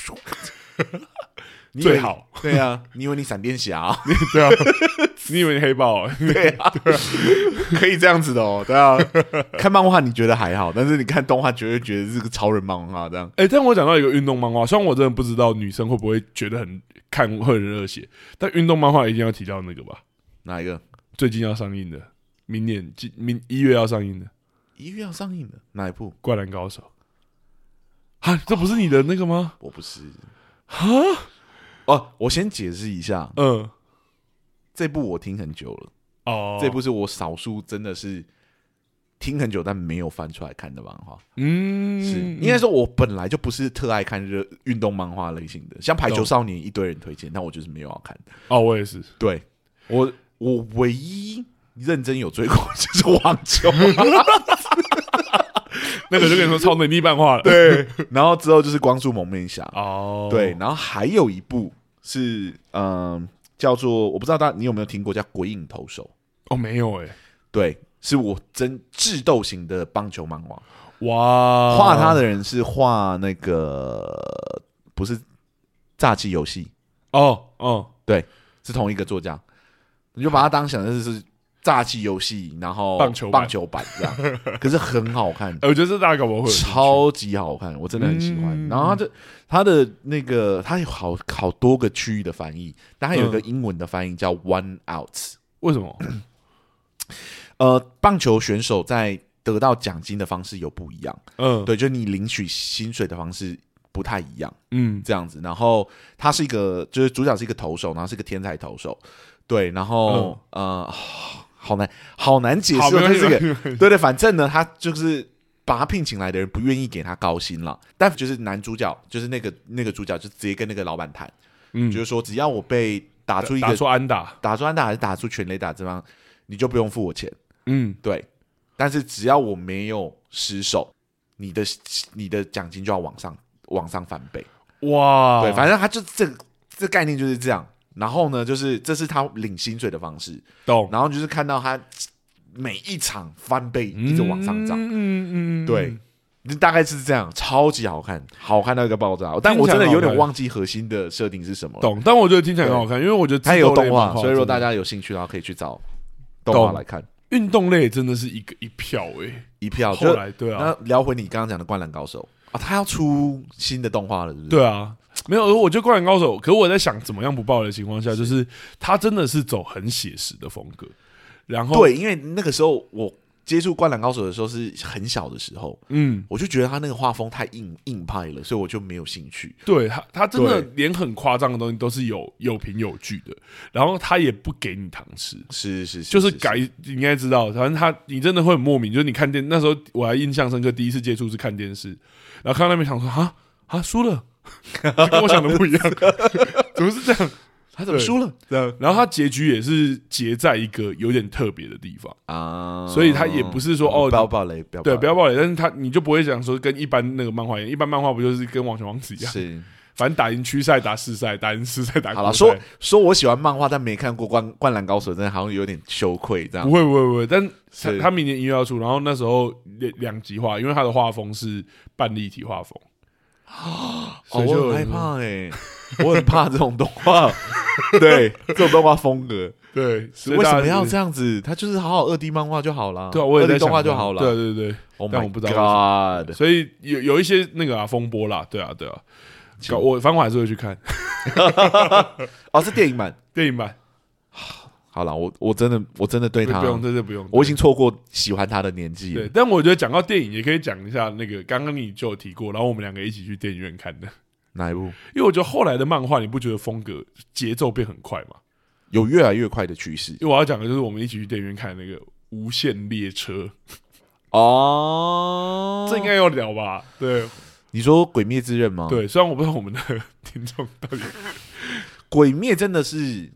最好。 对啊，你以为你闪电侠？ 对啊，你以为你黑豹？ 对啊，可以这样子的哦。对啊，看漫画你觉得还好，但是你看动画绝对觉得是个超人漫画这样。 但我讲到一个运动漫画，虽然我真的不知道女生会不会觉得看会很热血，但运动漫画一定要提到那个吧？ 哪一个？ 最近要上映的，明年1月要上映的。 1月要上映的哪一部？ 灌篮高手。哈，这不是你的那个吗？ 我不是。 哈。 我先解释一下，这部我听很久了，这部是我少数真的是听很久但没有翻出来看的漫画，是应该说我本来就不是特爱看运动漫画类型的，像排球少年一堆人推荐，但我就是没有要看的。 我也是， 对我唯一认真有追过就是网球。 那个就跟你说超能力漫画了， 对，然后之后就是光速蒙面侠，对，然后还有一部是叫做我不知道你有没有听过叫《鬼影投手》 没有对，是我智斗型的棒球漫画， 哇， 画他的人是画那个不是炸鸡游戏对，是同一个作家，你就把它当想的是炸鸡游戏，然后棒球版这样，可是很好看。 我觉得这大家搞不好会超级好看，我真的很喜欢。然后他的那个他有好多个区域的翻译，但他有一个英文的翻译叫 One Out。 为什么？ 棒球选手在得到奖金的方式有不一样，对，就你领取薪水的方式不太一样，这样子。然后他是就是主角是一个投手，然后是一个天才投手，对，然后好难解释这个，对，反正呢，他就是把他聘请来的人不愿意给他高薪了，但就是男主角，就是那个主角就直接跟那个老板谈，就是说只要我被打出安打还是打出全垒打这方，你就不用付我钱，对，但是只要我没有失手，你的奖金就要往上翻倍，哇，对，反正他就这概念就是这样。然后呢，就是这是他领薪水的方式，懂？然后就是看到他每一场翻倍，一直往上涨，对，大概是这样，超级好看，好看到一个爆炸。但我真的有点忘记核心的设定是什么了， 懂？但我觉得听起来很好看，因为我觉得它有动画，所以说大家有兴趣的话可以去找动画来看。 运动类真的是一票一票。 后来对啊， 那聊回你刚刚讲的《灌篮高手》他要出新的动画了，是不是？ 对啊。没有，我觉得《灌篮高手》，可是我在想怎么样不爆雷的情况下，就是他真的是走很写实的风格。然后对，因为那个时候我接触《灌篮高手》的时候是很小的时候，我就觉得他那个画风太硬派了，所以我就没有兴趣。 对他真的连很夸张的东西都是有凭有据的，然后他也不给你糖吃， 是， 就是改，你应该知道，反正你真的会很莫名，就是你看那时候我还印象深刻，第一次接触是看电视，然后看到那边想说输了。跟我想的不一样，怎么是这样？ 他怎么输了？ 然后他结局也是结在一个有点特别的地方啊，所以他也不是说不要爆雷， 对，不要爆雷，但是你就不会讲说跟一般那个漫画一样，一般漫画不就是跟网球王子一样？ 是， 反正打赢区赛打世赛，打赢世赛打好了， 国赛。 说我喜欢漫画，但没看过灌篮高手，真的好像有点羞愧这样。 不会，但他明年1月要出，然后那时候两极化，因为他的画风是半立体画风。所以就我很害怕我很怕这种动画，对这种动画风格， 对， 为什么要这样子？他就是好好2D 漫画就好了， 对啊，我也在 2D 动画就好了， 对。 Oh 但 my 我不知道 God， 所以有一些那个风波啦，对啊，我反正我还是会去看。 是电影版，好了，我真的对他不用，这不用， 我已经错过喜欢他的年纪了。 对，但我觉得讲到电影，也可以讲一下那个刚刚你就有提过，然后我们2个一起去电影院看的哪一部？ 因为我觉得后来的漫画，你不觉得风格节奏变很快吗？ 有越来越快的趋势。 因为我要讲的就是我们一起去电影院看那个《无限列车》这应该要聊吧？对， 你说《鬼灭之刃》吗？ 对，虽然我不知道我们的听众到底鬼灭真的是。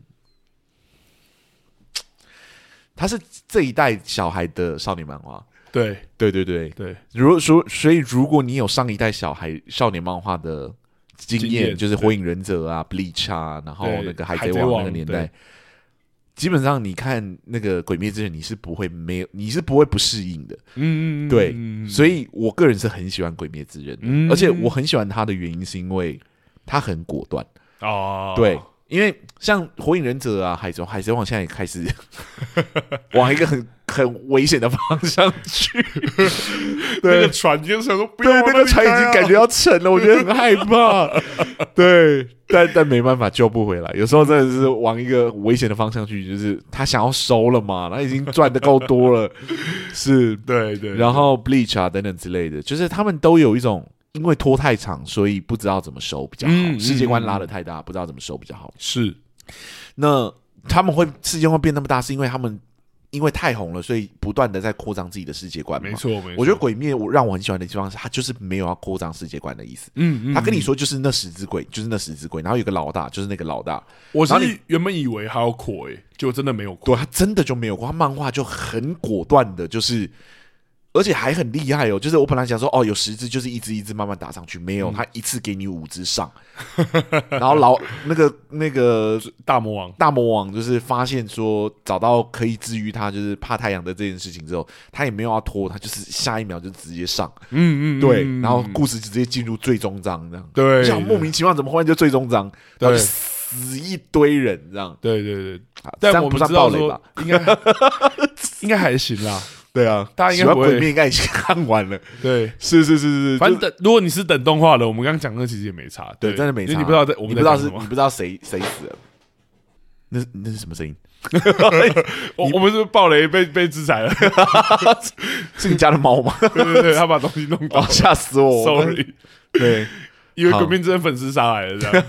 它是这一代小孩的少年漫画， 对， 所以如果你有上一代少年漫画的经验，就是《火影忍者》啊、Bleach 啊，然后那个《海贼王》那个年代，基本上你看那个《鬼灭之刃》，你是不会不适应的。对，所以我个人是很喜欢《鬼灭之刃》的，而且我很喜欢它的原因是因为它很果断对。因为像火影忍者啊、海贼王现在也开始往一个很危险的方向去， 对，那个船就想说， 对，那个船已经感觉要沉了，我觉得很害怕。对，但没办法救不回来，有时候真的是往一个危险的方向去，就是他想要收了嘛，他已经赚的够多了，是， 对。 然后 Bleach 啊等等之类的，就是他们都有一种。因为拖太长，所以不知道怎么收比较好。世界观拉得太大，不知道怎么收比较好。 是， 那他们世界观变那么大，是因为他们因为太红了，所以不断的在扩张自己的世界观嘛。 没错。 我觉得《鬼灭》让我很喜欢的地方是，他就是没有要扩张世界观的意思。他跟你说就是那10只鬼，就是那10只鬼，然后有个老大，就是那个老大。 我是原本以为还要扩结果真的没有扩。 对，他真的就没有扩，他漫画就很果断的，就是。而且还很厉害就是我本来想说有10只就是一只慢慢打上去，没有，他一次给你5只上，然后那个大魔王就是发现说找到可以治愈他就是怕太阳的这件事情之后，他也没有要拖，他就是下一秒就直接上，对，然后故事直接进入最终章这样， 对， 像莫名其妙怎么忽然就最终章，然后就死一堆人这样， 对，但我们知道说应该还行啦。 对啊， 大家应该不会， 鬼灭应该已经看完了。 对， 是。 反正如果你是等动画的，我们刚刚讲的其实也没差。 对，真的没差。 你不知道我们你不知道谁死了？那是什么声音？ 我们是不是爆雷被制裁了？ 是你家的猫吗？ 对，他把东西弄倒， 吓死我 ！Sorry， 对， 因为鬼灭之刃粉丝杀来了，这样。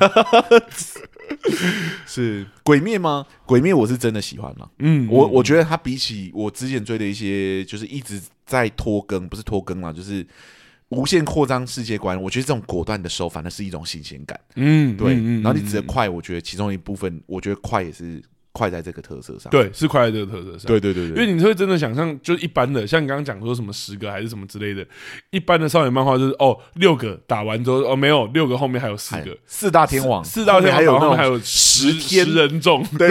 是鬼灭吗？鬼灭我是真的喜欢了。我觉得他比起我之前追的一些，就是一直在拖更，不是拖更啦，就是无限扩张世界观。我觉得这种果断的手法，那是一种新鲜感。对。然后你指的快，我觉得其中一部分，我觉得快也是。快在这个特色上， 对，是快在这个特色上， 对， 因为你会真的想象，就是一般的，像你刚刚讲说什么10个还是什么之类的，一般的少年漫画就是6个打完之后没有6个后面还有4个 4大天王， 还有后面还有10人众， 对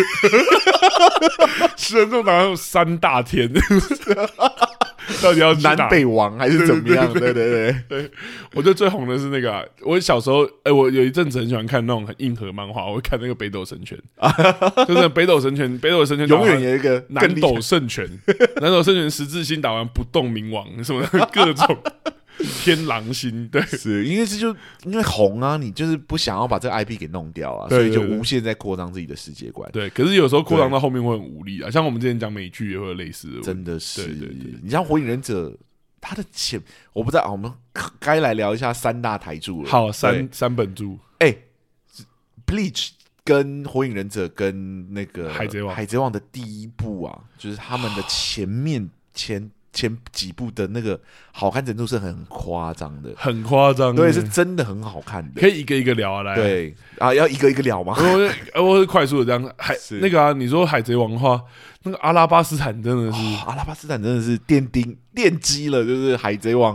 10人众打完有3大天。到底要南北王还是怎么样？对， 我觉得最红的是那个我小时候，我有一阵子很喜欢看那种很硬核漫画，我会看那个北斗神拳，就是北斗神拳永远有一个南斗圣拳，南斗圣拳十字星打完不动明王什么各种。天狼星，对， 是因为红啊，你就是不想要把这个 IP 给弄掉啊，所以就无限在扩张自己的世界观。 对，可是有时候扩张到后面会很无力啊，像我们之前讲美剧也会有类似的， 真的是。 对， 你像火影忍者，他的我不知道，我们该来聊一下3大台柱了。 好，三本柱。 Bleach 跟火影忍者跟那个海贼王的第一部啊，就是他们的前几部的那个好看程度是很夸张的， 很夸张， 对，是真的很好看的， 可以一个一个聊啊，来， 对啊，要一个一个聊吗？ 我会快速的这样，那个你说海贼王的话，那个阿拉巴斯坦真的是， 阿拉巴斯坦真的是奠基了，就是海贼王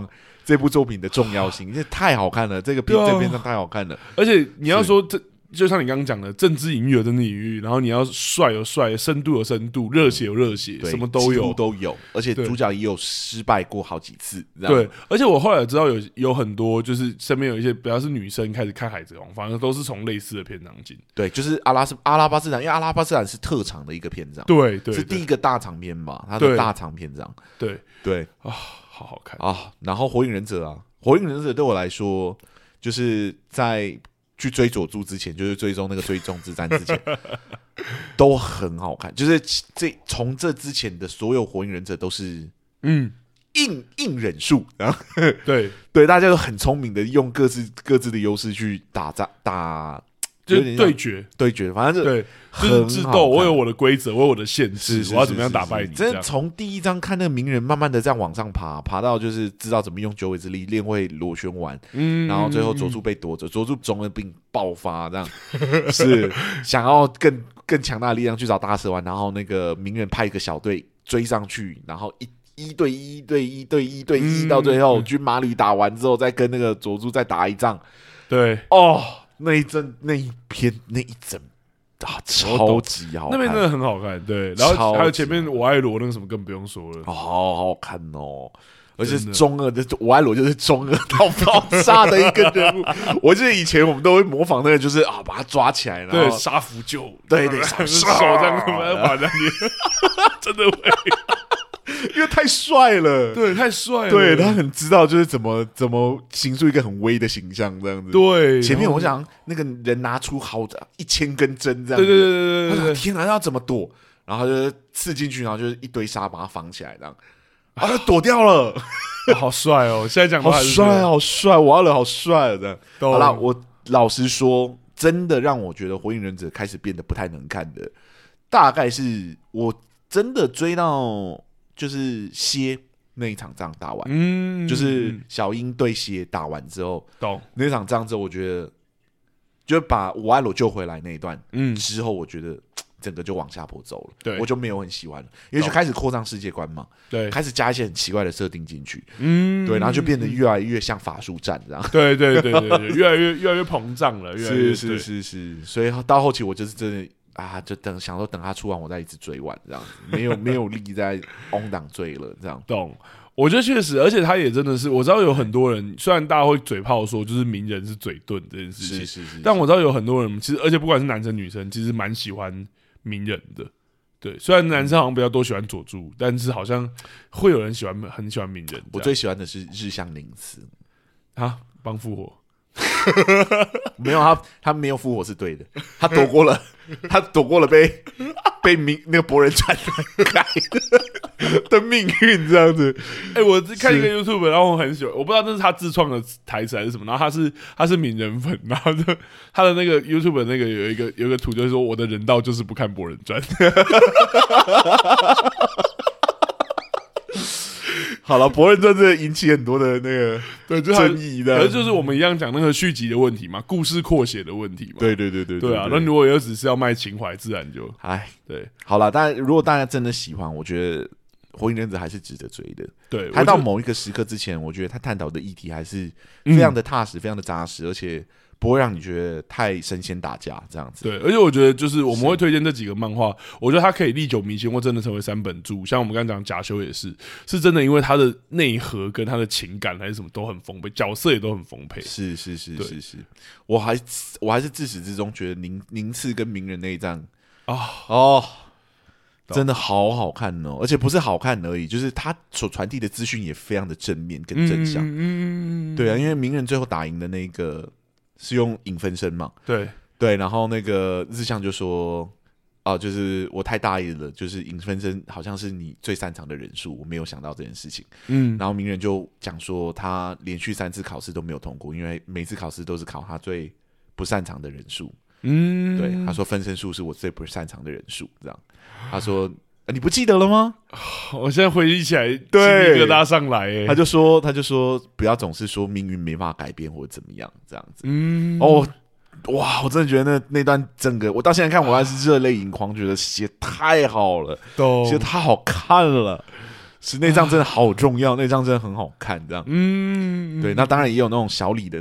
这部作品的重要性，这太好看了，这个这篇章太好看了。 而且你要说这。就像你刚刚讲的，政治隐喻有政治隐喻，然后你要帅有帅，深度有深度，热血有热血，什么都有， 都有。而且主角也有失败过好几次。 对，而且我后来知道有很多，就是身边有一些，比较是女生开始看《海贼王》，反正都是从类似的篇章进。 对，就是阿拉巴斯坦，因为阿拉巴斯坦是特长的一个篇章， 对， 是第一个大长篇嘛，它的大长篇章。对啊，好好看啊。然后《火影忍者》啊，《火影忍者》对我来说，就是在去追佐助之前，就是追踪那个追踪之战之前，都很好看。就是从这之前的所有火影忍者都是硬忍术，然后对，大家都很聪明的用各自的优势去打， 就是对决， 反正对，就是智斗。我有我的规则，我有我的限制，我要怎么样打败你？ 真的从第一章看那个鸣人慢慢的这样往上爬到就是知道怎么用九尾之力练会螺旋丸，然后最后佐助被夺走，佐助中二病爆发，这样是想要更强大的力量去找大蛇丸，然后那个鸣人派一个小队追上去，然后一对一到最后军马旅打完之后，再跟那个佐助再打一仗。 对哦。那一整超级好看， 那边真的很好看，对。然后还有前面我爱罗那个什么更不用说了， 好好看哦。而且中二的我爱罗就是中二到爆炸的一个人物。我记得以前我们都会模仿那个，就是把他抓起来，然后对杀符救， 对手这样把这样真的会。 因为太帅了， 对，太帅了， 对，他很知道就是怎么形塑一个很威的形象这样子。 对， 前面我想那个人拿出好的1000根针这样子， 对， 我想天哪，要怎么躲？然后就刺进去，然后就是一堆沙把它绑起来这样，他躲掉了， 好帅哦！现在讲好帅，好帅，我要了，好帅这样。好啦，我老实说，真的让我觉得《火影忍者》开始变得不太能看的，大概是我真的追到。就是蝎那一场仗打完，就是小樱对蝎打完之后，那场仗之后，我觉得就把我爱罗救回来那一段，之后我觉得整个就往下坡走了，对，我就没有很喜欢了，因为就开始扩张世界观嘛，对，开始加一些很奇怪的设定进去，对，然后就变得越来越像法术战这样， 对，越来越膨胀了， 是，所以到后期我就是真的。就想说等他出完，我再一直追完这样子，没有力在 on 档追了这样。 懂，我觉得确实，而且他也真的是，我知道有很多人，虽然大家会嘴炮说就是鸣人是嘴遁这件事情，是，但我知道有很多人其实，而且不管是男生女生，其实蛮喜欢鸣人的。对，虽然男生好像比较多喜欢佐助，但是好像会有人很喜欢鸣人。 我最喜欢的是日向宁次啊，帮复活。 没有他没有复活是对的，他躲过了被那个博人传开的命运这样子。 我看一个 YouTube， 然后我很喜欢，我不知道这是他自创的台词还是什么，然后他是鸣人粉，然后他的那个 YouTube 那个有一个图，就是说我的人道就是不看博人传。 好了，博人传真的引起很多的那个争议的， 可是就是我们一样讲那个续集的问题嘛，故事扩写的问题嘛。对啊，那如果只是要卖情怀，自然就对。 好了，但如果大家真的喜欢，我觉得《火影忍者》还是值得追的。 对， 他到某一个时刻之前，我觉得他探讨的议题还是非常的踏实，非常的扎实，而且不会让你觉得太神仙打架这样子。 对，而且我觉得就是我们会推荐这几个漫画，我觉得它可以历久弥新，或真的成为3本柱。像我们刚刚讲假修也是真的，因为它的内核跟它的情感还是什么都很丰沛，角色也都很丰沛。 是，我还是自始至终觉得宁次跟鸣人那一战真的好好看哦，而且不是好看而已，就是他所传递的资讯也非常的正面跟正向。对啊，因为鸣人最后打赢的那个是用影分身嘛，对，然后那个日向就说就是我太大意了，就是影分身好像是你最擅长的人数，我没有想到这件事情。然后鸣人就讲说他连续3次考试都没有通过，因为每次考试都是考他最不擅长的人数。对，他说分身术是我最不擅长的人数，这样。他说你不记得了吗？ 我现在回忆起来，鸡皮疙瘩上来。 他就说不要总是说命运没办法改变或者怎么样这样子。哇！我真的觉得那段整个，我到现在看我还是热泪盈眶，觉得写太好了，写太好看了。 是那张真的好重要，那张真的很好看，这样。对，那当然也有那种小李的，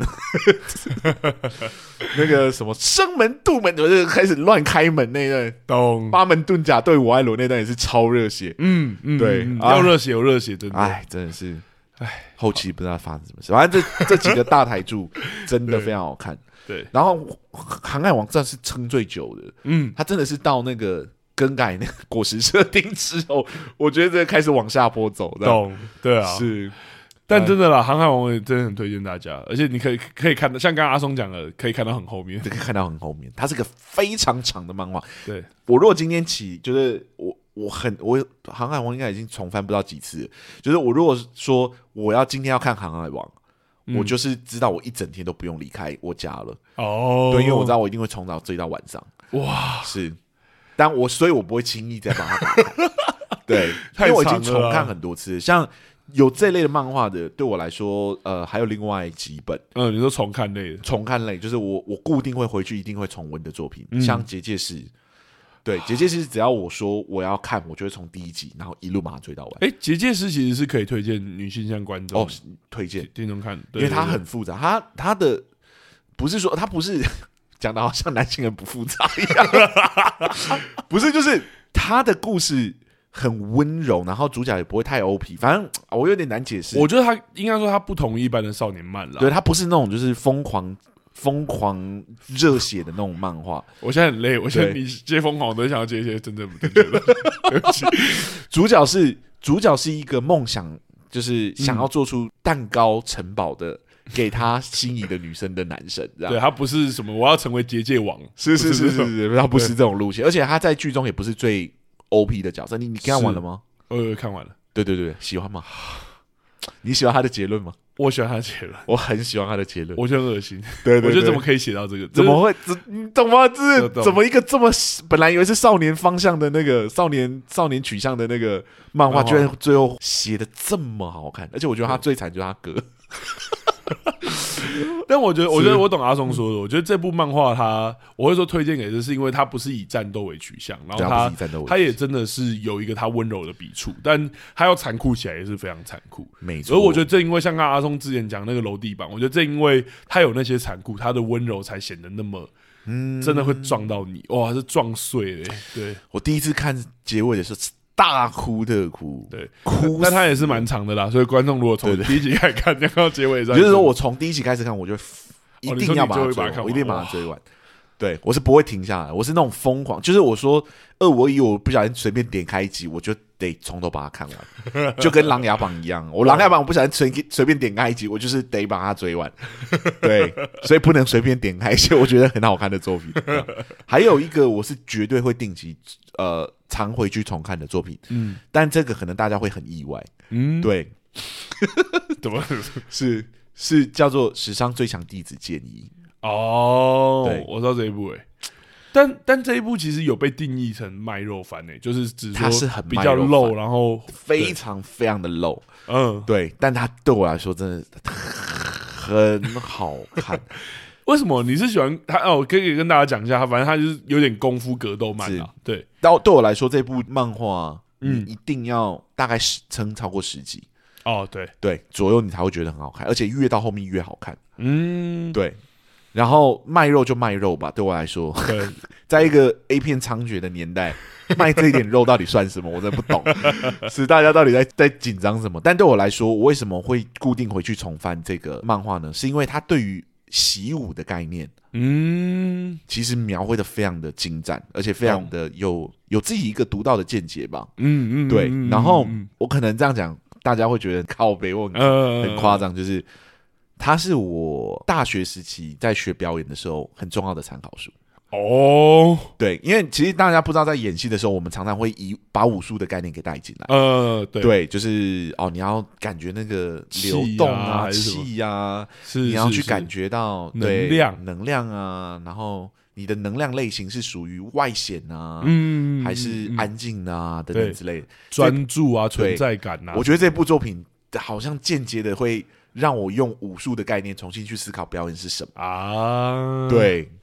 那个什么生门杜门，就开始乱开门那段， 懂八门遁甲对我爱罗那段也是超热血。对， 要热血有热血，真的。 哎，真的是，后期不知道发生什么事，反正这几个大台柱真的非常好看。 对， 然后《航海王》真的是撑最久的，他真的是到那个更改那个果实设定之后，我觉得这开始往下坡走。 懂，对啊， 是。 但真的啦，《航海王》也真的很推荐大家，而且你可以看到，像刚刚阿松讲的，可以看到很后面， 可以看到很后面，它是个非常长的漫画。 对， 我如果今天起，就是我《航海王》应该已经重翻不知道几次了，就是我如果说我要今天要看《航海王》，我就是知道我一整天都不用离开我家了。哦，对，因为我知道我一定会从早追到晚上。哇，是，所以我不会轻易再把它打开。对，因为我已经重看很多次，像。有这类的漫画的，对我来说，还有另外几本。 你说重看类的， 重看类就是我固定会回去，一定会重温的作品，像《结界师》。对，《结界师》只要我说我要看，我就会从第一集，然后一路把它追到完。 结界师其实是可以推荐女性向观众推荐听众看， 因为它很复杂，它的不是说它不是讲的好像男性人不复杂一样，不是，就是它的故事。很温柔，然后主角也不会太 OP， 反正我有点难解释。 我觉得他应该说他不同于一般的少年漫啦， 对，他不是那种就是疯狂热血的那种漫画。 我现在很累，我现在你接疯狂，我都想要接一些真正不正确的。对不起， 主角是一个梦想，就是想要做出蛋糕城堡的。给他心仪的女生的男生， 对，他不是什么我要成为结界王， 是，他不是这种路线，而且他在剧中也不是最 OP 的角色。你看完了吗？ 看完了。 对，喜欢吗？你喜欢他的结论吗？ 我喜欢他的结论， 我很喜欢他的结论， 我觉得很恶心。 对， 我觉得怎么可以写到这个？ 怎么会？怎么一个这么本来以为是少年方向的那个少年取向的那个漫画，居然最后写的这么好看？而且我觉得他最惨就是他哥。 但我觉得我懂阿松说的。我觉得这部漫画我会说推荐给是因为它不是以战斗为取向，然后它也真的是有一个它温柔的笔触，但它要残酷起来也是非常残酷。 没错， 而我觉得正因为像刚刚阿松之前讲那个楼地板，我觉得正因为它有那些残酷，它的温柔才显得那么真的会撞到你，哇，是撞碎了。对， 我第一次看结尾的时候。大哭特哭， 对，但它也是蛮长的啦，所以观众如果从第一集开始看，看到结尾上， 就是说我从第一集开始看，我就一定要把它追完，我一定把它追完。对，我是不会停下来，我是那种疯狂，就是我说251，我不小心随便点开一集，我就得从头把它看完，就跟《琅琊榜》一样。我《琅琊榜》我不小心随便点开一集，我就是得把它追完。对，所以不能随便点开一些我觉得很好看的作品。还有一个我是绝对会定期常回去重看的作品，但这个可能大家会很意外，对， 怎么是叫做史上最强弟子建议。 哦， 对， 我知道这一部但这一部其实有被定义成卖肉番就是指说它是很比较露，然后非常非常的露，对，但它对我来说真的很好看。 为什么你是喜欢他？我可以跟大家讲一下，反正他就是有点功夫格斗漫啊。对， 对我来说，这部漫画一定要大概撑超过10集对左右，你才会觉得很好看，而且越到后面越好看。对。然后卖肉就卖肉吧，对我来说，对，在一个 A 片猖獗的年代，卖这一点肉到底算什么？我真的不懂，是大家到底在紧张什么？但对我来说，我为什么会固定回去重翻这个漫画呢？是因为它对于习武的概念，其实描绘的非常的精湛，而且非常的有自己一个独到的见解吧。对。然后我可能这样讲，大家会觉得靠北我很夸张，就是它是我大学时期在学表演的时候很重要的参考书。对，因为其实大家不知道，在演戏的时候，我们常常会把武术的概念给带进来。对，就是你要感觉那个流动啊、气啊，你要去感觉到能量啊，然后你的能量类型是属于外显啊，还是安静啊等等之类的， 专注啊、存在感啊。 我觉得这部作品好像间接的会让我用武术的概念重新去思考表演是什么啊。对。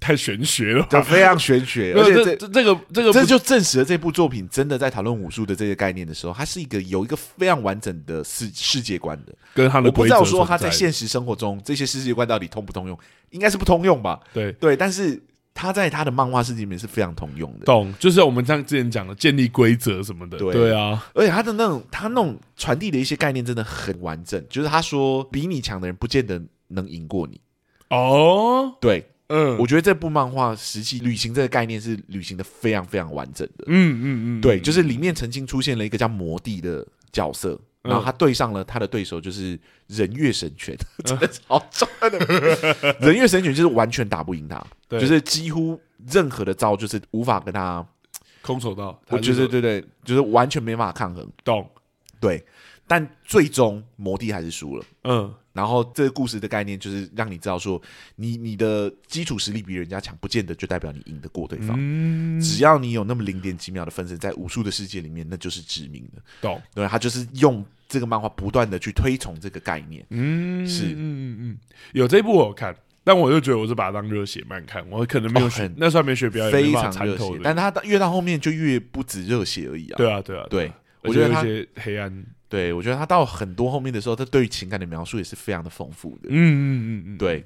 太玄学了吧， 就非常玄学，而且这就证实了这部作品真的在讨论武术的这些概念的时候，它是有一个非常完整的世界观的， 跟它的规则。 我不知道说它在现实生活中这些世界观到底通不通用，应该是不通用吧？对，但是他在他的漫画世界里面是非常通用的， 懂？就是我们像之前讲的建立规则什么的，对啊。 而且他那种传递的一些概念真的很完整，就是他说比你强的人不见得能赢过你。哦，对，我觉得这部漫画实际履行这个概念是履行的非常非常完整的。对，就是里面曾经出现了一个叫魔帝的角色。然后他对上了他的对手，就是人月神拳，真的超重的。人月神拳就是完全打不赢他，就是几乎任何的招就是无法跟他空手道。 我觉得对，就是完全没办法抗衡。 懂？ 对，但最终魔帝还是输了。然后这个故事的概念就是让你知道说，你的基础实力比人家强，不见得就代表你赢得过对方。只要你有那么0点几秒的分身，在武术的世界里面，那就是致命的。 懂？ 对，他就是用这个漫画不断的去推崇这个概念。 有这一部我有看，但我就觉得我是把它当热血漫看，我可能没有学，那时候还没学表演， 非常热血。但他越到后面就越不止热血而已啊。对， 我觉得有一些黑暗。 对，我觉得他到很多后面的时候，他对于情感的描述也是非常的丰富的。对。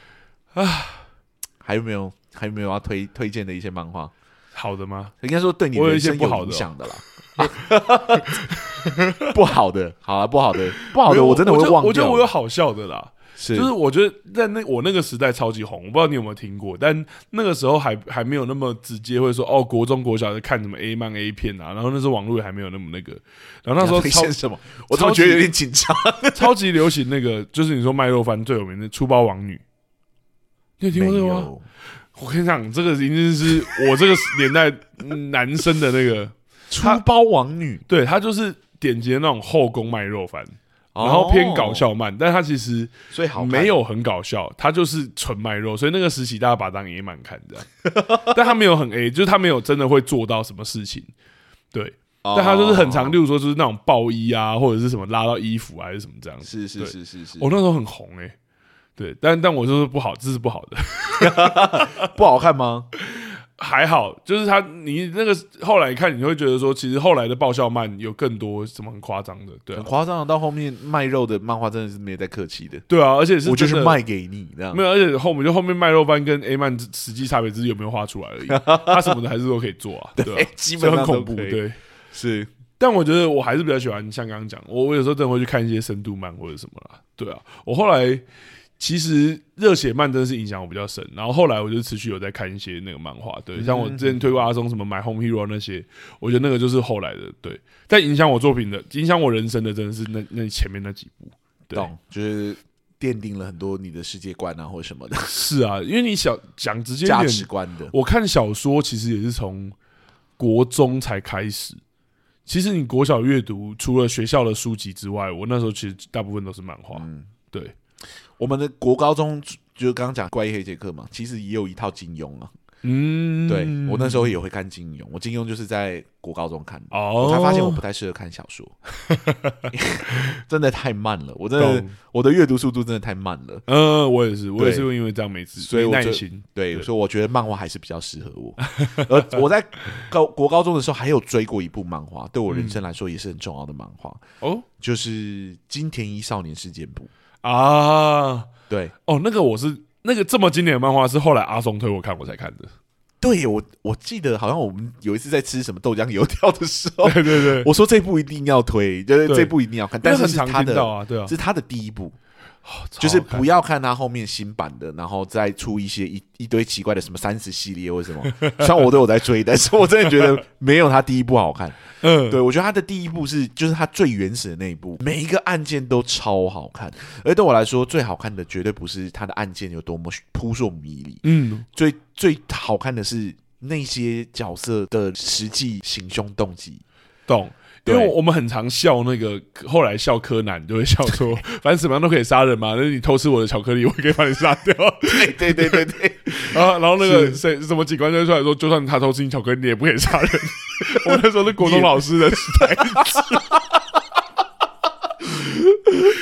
还有没有要推荐的一些漫画？ 好的吗？ 应该说对你人生有影响的啦。不好的，好啊，不好的，我真的会忘掉。 我觉得我有好笑的啦。就是我觉得在我那个时代超级红，我不知道你有没有听过，但那个时候还没有那么直接会说国中国小在看什么 A 漫 A 片啊，然后那时候网络也还没有那么那个，然后那时候什么，我怎么觉得有点紧张？ 超级流行那个，就是你说卖肉番最有名的出包王女，你有听过这个吗？我跟你讲，这个一定是我这个年代男生的那个出包王女， 对，他就是典籍的那种后宫卖肉番。然后偏搞笑漫，但他其实没有很搞笑，他就是纯卖肉，所以那个时期大家把它当 A 漫看这样。但他没有很 A， 就是他没有真的会做到什么事情，对。但他就是很常，例如说就是那种爆衣啊，或者是什么拉到衣服还是什么这样子。 是。 我那时候很红对，但我就是不好，这是不好的。 不好看吗？ 还好，就是你那个后来看，你会觉得说，其实后来的爆笑漫有更多什么很夸张的，对、 很夸张的。到后面卖肉的漫画真的是没有在客气的， 对啊，而且是我就是卖给你这样， 没有，而且后面卖肉番跟 A 漫实际差别只是有没有画出来而已，他什么的还是都可以做啊，对啊， 基本上很恐怖，对， 是。 但我觉得我还是比较喜欢像刚刚讲，我有时候真的会去看一些深度漫或者什么啦，对啊，我后来。其实热血漫真的是影响我比较深，然后后来我就持续有在看一些那个漫画，对，像我之前推过阿松什么买 Home Hero 那些，我觉得那个就是后来的，对，但影响我作品的、影响我人生的，真的是那前面那几部，对， 就是奠定了很多你的世界观啊或者什么的。 是啊，因为你讲直接价值观的， 我看小说其实也是从国中才开始。其实你国小阅读，除了学校的书籍之外，我那时候其实大部分都是漫画，对。 我们的国高中就是刚刚讲怪异黑杰克嘛，其实也有一套金庸啊。对，我那时候也会看金庸，我金庸就是在国高中看的，我才发现我不太适合看小说，真的太慢了，我的阅读速度真的太慢了。我也是因为这样没耐心， 对，所以我觉得漫画还是比较适合我。我在国高中的时候还有追过一部漫画，对我人生来说也是很重要的漫画，就是金田一少年事件簿。对那个这么经典的漫画是后来阿松推我看我才看的。 对，我记得好像我们有一次在吃什么豆浆油条的时候， 对， 我说这部一定要推，就是这部一定要看，但是是他的，对啊， 是他的第一部。就是不要看他后面新版的，然后再出一些一堆奇怪的什么30系列或什么，虽然我都有在追，但是我真的觉得没有他第一部好看。对，我觉得他的第一部就是他最原始的那一部，每一个案件都超好看。而对我来说，最好看的绝对不是他的案件有多么扑朔迷离，最好看的是那些角色的实际行凶动机。懂。因为我们很常笑那个，后来笑柯南就会笑说，反正什么样都可以杀人嘛，那你偷吃我的巧克力，我也可以把你杀掉。对。然后那个什么警官就出来说，就算他偷吃你巧克力，你也不可以杀人。我那时候是国中老师的时代。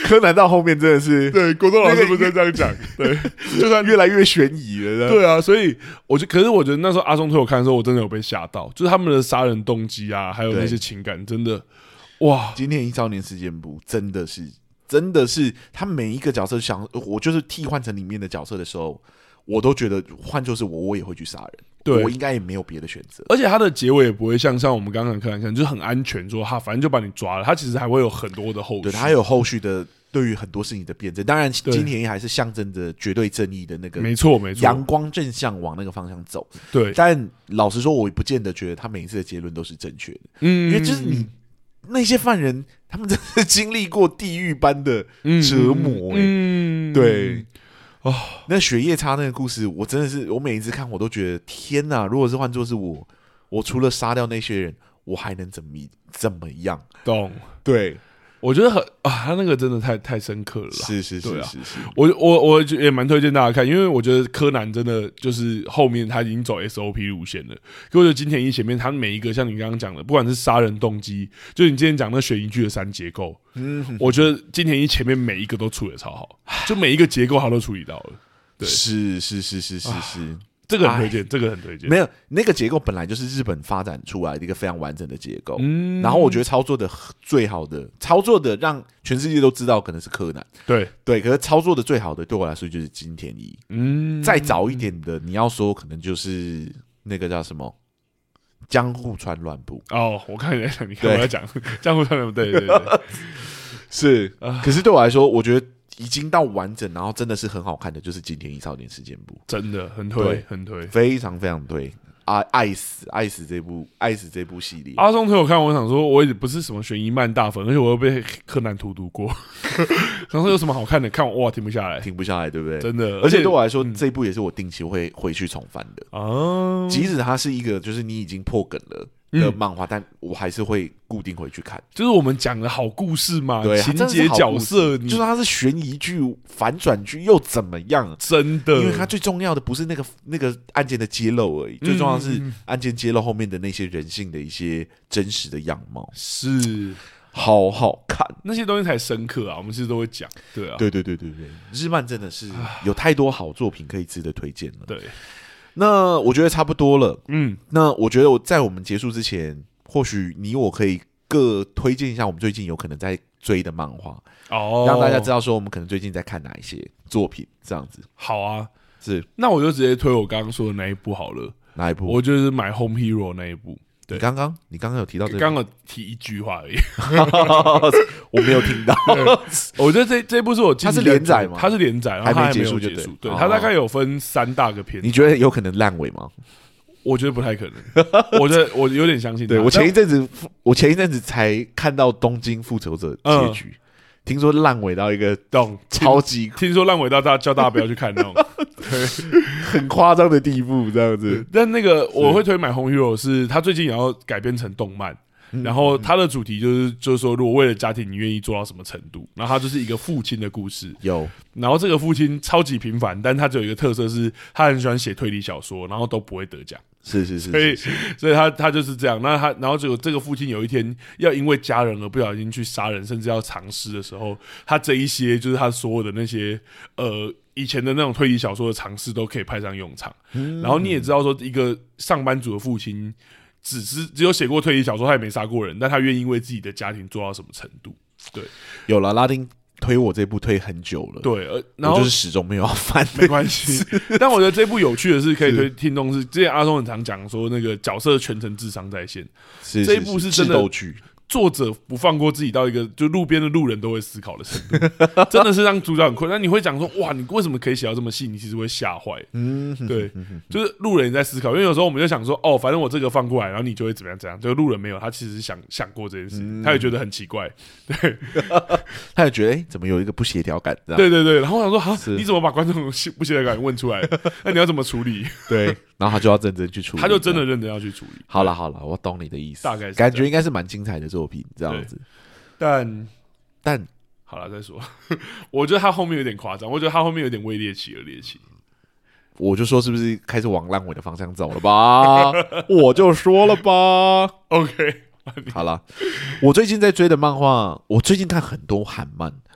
柯南到后面真的是对，国栋老师不是这样讲，对， 就算越来越悬疑了。 对啊，所以可是我觉得那时候阿松推我看的时候，我真的有被吓到，就是他们的杀人动机啊，还有那些情感，真的哇！ 今天少年事件簿真的是他每一个角色我就是替换成里面的角色的时候，我都觉得换作是我也会去杀人。对，我应该也没有别的选择， 而且他的结尾也不会像我们刚刚柯南看，就是很安全，说他反正就把你抓了，他其实还会有很多的后续， 对，他还有后续的对于很多事情的辩证。当然，金田一还是象征着绝对正义的那个， 没错， 阳光正向往那个方向走。 对， 但老实说，我也不见得觉得他每一次的结论都是正确的，因为就是你那些犯人，他们真的经历过地狱般的折磨，对。哦，那雪夜叉那个故事，我真的是，我每一次看我都觉得天哪！如果是换作是我除了杀掉那些人，我还能怎么样？ 懂？ 对， 我觉得他那个真的太深刻了啦。 是， 我也蛮推荐大家看，因为我觉得柯南真的就是后面他已经走 SOP 路线了。可我觉得金田一前面他每一个像你刚刚讲的，不管是杀人动机，就你之前讲那悬疑剧的3结构，我觉得金田一前面每一个都处理得超好，就每一个结构他都处理到了。对， 是。 这个很推荐，这个很推荐。 没有那个结构本来就是日本发展出来的一个非常完整的结构，然后我觉得操作的最好的，操作的让全世界都知道可能是柯南，对，可是操作的最好的对我来说就是金田一。再早一点的，你要说可能就是那个叫什么江户川乱步。 哦，我看你在讲，你看我在讲江户川乱步，对， 是。可是对我来说，我觉得已经到完整，然后真的是很好看的，就是金田一少年事件簿， 真的很推， 非常非常推。爱死这部系列。 阿松推我看，我想说我也不是什么悬疑漫大粉，而且我又被柯南荼毒过，想说有什么好看的，看我哇停不下来，对不对？真的， 而且对我来说，这一部也是我定期会回去重翻的。即使它是一个就是你已经破梗了的漫画，但我还是会固定回去看。 就是我们讲的好故事嘛， 对， 情节角色， 就算它是悬疑剧、反转剧又怎么样？ 真的，因为它最重要的不是那个案件的揭露而已，最重要的是案件揭露后面的那些人性的一些真实的样貌， 是好好看， 那些东西才深刻啊。我们其实都会讲，对啊， 对，日漫真的是有太多好作品可以值得推荐了， 对。 那我觉得差不多了，那我觉得在我们结束之前，或许你我可以各推荐一下我们最近有可能在追的漫画，让大家知道说我们可能最近在看哪一些作品，这样子。 好啊， 是， 那我就直接推我刚刚说的那一部好了。 哪一部？ 我就是买 Home Hero 那一部。对， 你刚刚有提到这个， 刚刚提一句话而已， 我没有听到。 我觉得这部是它是连载吗？ 它是连载，然后它还没有结束。 对，它大概有分3大个篇。 你觉得有可能烂尾吗？ 我觉得不太可能。我觉得我有点相信。 对，我前一阵子才看到《东京复仇者》结局。听说烂尾到一个超级， 听说烂尾到叫大家不要去看那种，对， 很夸张的地步这样子。 但那个我会推买 Home Hero 是他最近也要改编成动漫，然后他的主题就是说，如果为了家庭你愿意做到什么程度，然后他就是一个父亲的故事。然后这个父亲超级平凡，但他只有一个特色是，他很喜欢写推理小说，然后都不会得奖。 是， 所以他就是这样。那然后这个父亲有一天要因为家人而不小心去杀人，甚至要藏尸的时候，他这一些就是他所有的那些以前的那种推理小说的尝试都可以派上用场。然后你也知道说，一个上班族的父亲只有写过推理小说，他也没杀过人，但他愿意为自己的家庭做到什么程度？对， 有了拉丁。推我这部推很久了， 对，然后我就是始终没有要翻， 没关系。但我觉得这部有趣的是，可以推听众是之前阿松很常讲说，那个角色全程智商在线，这一部是真的斗剧。 作者不放过自己到一个就路边的路人都会思考的程度，真的是让主角很困难。你会讲说哇，你为什么可以写到这么细？你其实会吓坏。对，就是路人也在思考，因为有时候我们就想说哦，反正我这个放过来，然后你就会怎么样怎样。就路人没有，他其实想过这件事，他也觉得很奇怪。对， 他也觉得怎么有一个不协调感？ 对，然后我想说哈，你怎么把观众不协调感问出来？那你要怎么处理？ 对，然后他就要认真去处理， 他就真的认真要去处理。 好了，我懂你的意思， 大概是感觉应该是蛮精彩的作品这样子。 但好了再说，我觉得他后面有点夸张，我觉得他后面有点为猎奇而猎奇。 我就说是不是开始往烂尾的方向走了吧？我就说了吧。 OK， 好了，我最近在追的漫画，我最近看很多韩漫。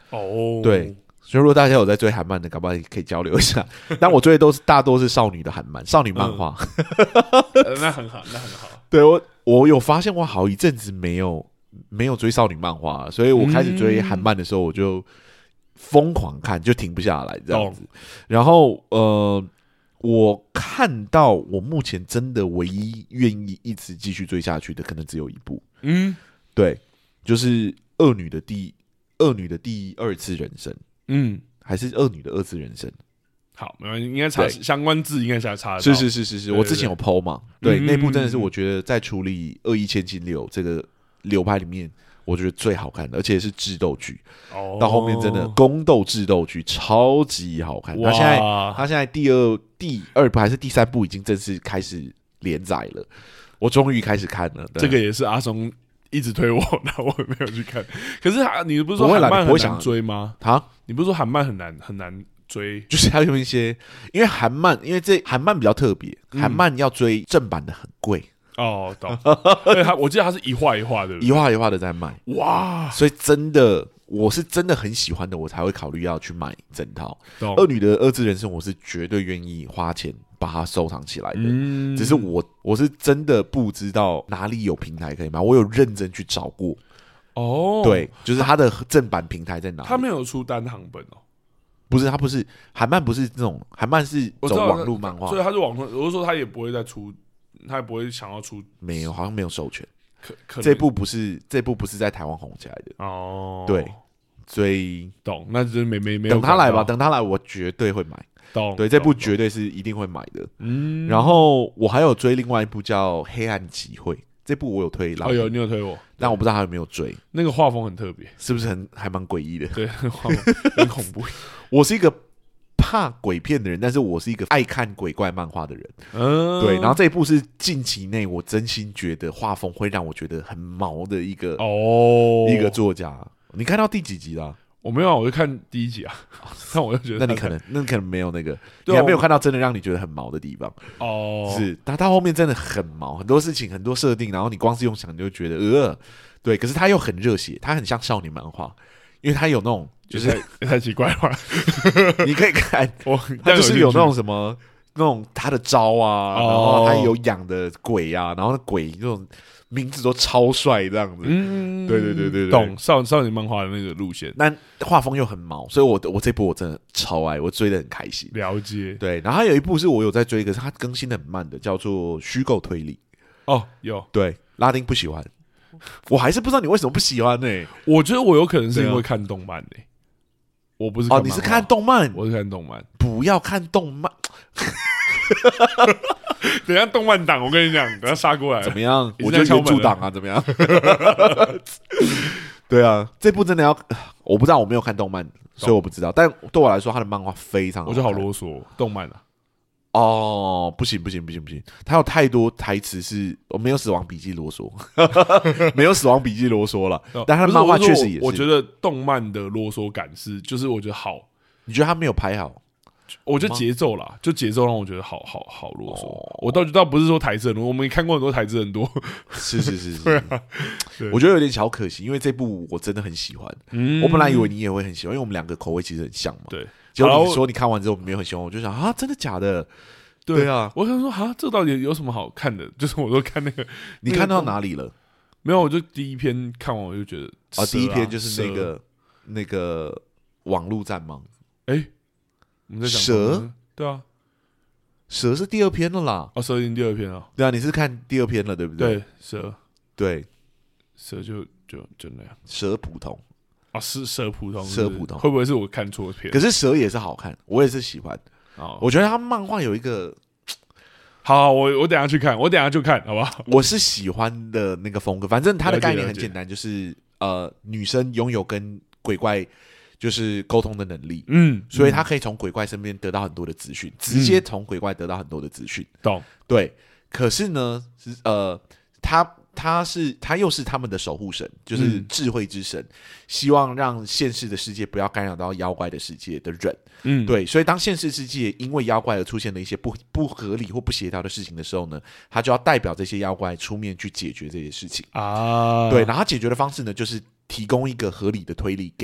哦， 对，所以如果大家有在追韩漫的，搞不好也可以交流一下。但我追的大多是少女的韩漫、少女漫画。 那很好，那很好。 对我有发现，我好一阵子没有追少女漫画了，所以我开始追韩漫的时候，我就疯狂看，就停不下来这样子。然后我看到我目前真的唯一愿意一直继续追下去的，可能只有一部。对，就是恶女的第二次人生。还是恶女的二次人生。 好，没关系，应该查相关字，应该查得到。 是，我之前有 PO 嘛，对，那部真的是我觉得在处理恶意千金流这个流派里面，我觉得最好看的，而且是智斗剧。到后面真的宫斗智斗剧超级好看。他现在第二部还是第三部已经正式开始连载了，我终于开始看了。 这个也是阿松一直推我，然后我也没有去看。可是你不是说韩漫很难追吗？你不是说韩漫很难追？ 就是要用一些，因为韩漫比较特别，韩漫要追正版的很贵。 哦，懂。我记得它是一画一画的， 一画一画的在卖。 哇！ 所以真的，我是真的很喜欢的，我才会考虑要去买整套。恶女的二次人生，我是绝对愿意花钱把它收藏起来的。只是我是真的不知道哪里有平台可以买，我有认真去找过。对，就是它的正版平台在哪里？ 它没有出单行本哦。 不是，它不是韩漫，不是那种韩漫是走网络漫画， 所以它是网络。我是说，它也不会再出，它也不会想要出。 没有，好像没有授权。这部不是在台湾红起来的哦。对，所以懂，那就是没等他来吧，等他来，我绝对会买。对，这部绝对是一定会买的。然后我还有追另外一部叫《黑暗集会》，这部我有推。 有你有推我， 但我不知道他有没有追。 那个画风很特别， 是不是还蛮诡异的？ 对，画风很恐怖。 我是一个怕鬼片的人，但是我是一个爱看鬼怪漫画的人。对，然后这一部是近期内我真心觉得画风会让我觉得很毛的一个作家。你看到第几集啦？ 我没有，我就看第一集啊。但我就觉得， 那你可能没有那个，你还没有看到真的让你觉得很毛的地方。是，他到后面真的很毛，很多事情，很多设定，然后你光是用想你就觉得对，可是他又很热血，他很像少女漫画，因为他有那种就是太奇怪了。 你可以看，他就是有那种什么那种他的招啊，然后他有养的鬼啊，然后那鬼那种名字都超帅这样子。对， 懂少女漫画的那个路线， 但画风又很毛，所以我这部我真的超爱，我追得很开心。 了解。 对，然后还有一部是我有在追，可是它更新的很慢的，叫做《虚构推理》。 有。 对，拉丁不喜欢，我还是不知道你为什么不喜欢呢？ 我觉得我有可能是因为看动漫呢。我不是你是看动漫， 我是看动漫。 不要看动漫。 等一下动漫党，我跟你讲，等一下杀过来怎么样？我就原著党啊，怎么样？对啊，这部真的要，我不知道，我没有看动漫，所以我不知道。但对我来说，他的漫画非常好看。 我觉得好啰嗦，动漫啊。 不行，他有太多台词是我没有死亡笔记啰嗦，没有死亡笔记啰嗦了。但他的漫画确实也是， 我觉得动漫的啰嗦感是，就是我觉得好。 你觉得他没有拍好？ 我觉得节奏啦，就节奏让我觉得好啰嗦。我倒不是说台词很多，我们看过很多台词很多。 是。对啊，我觉得有点小可惜，因为这部我真的很喜欢。我本来以为你也会很喜欢，因为我们两个口味其实很像嘛。 对。 结果你说你看完之后没有很喜欢，我就想真的假的？对啊， 我想说这到底有什么好看的？就是我都看那个， 你看到哪里了？ 没有，我就第一篇看完我就觉得第一篇就是那个网路战吗？ 我们在讲蛇， 对啊， 蛇是第二篇了啦。 蛇已经第二篇了。 对啊，你是看第二篇了，对不对？ 对，蛇， 对， 蛇就那样。 蛇普通是蛇普通， 蛇普通， 会不会是我看错片？ 可是蛇也是好看，我也是喜欢。我觉得他漫画有一个， 好，我等一下去看，我等一下就看，好不好？ 我是喜欢的那个风格，反正他的概念很简单，就是女生拥有跟鬼怪就是沟通的能力，所以他可以从鬼怪身边得到很多的资讯，直接从鬼怪得到很多的资讯。 懂？ 对。可是呢，他又是他们的守护神，就是智慧之神，希望让现实的世界不要干扰到妖怪的世界的人。对，所以当现实世界因为妖怪而出现了一些不合理或不协调的事情的时候呢，他就要代表这些妖怪出面去解决这些事情啊。对，然后他解决的方式呢，就是提供一个合理的推理给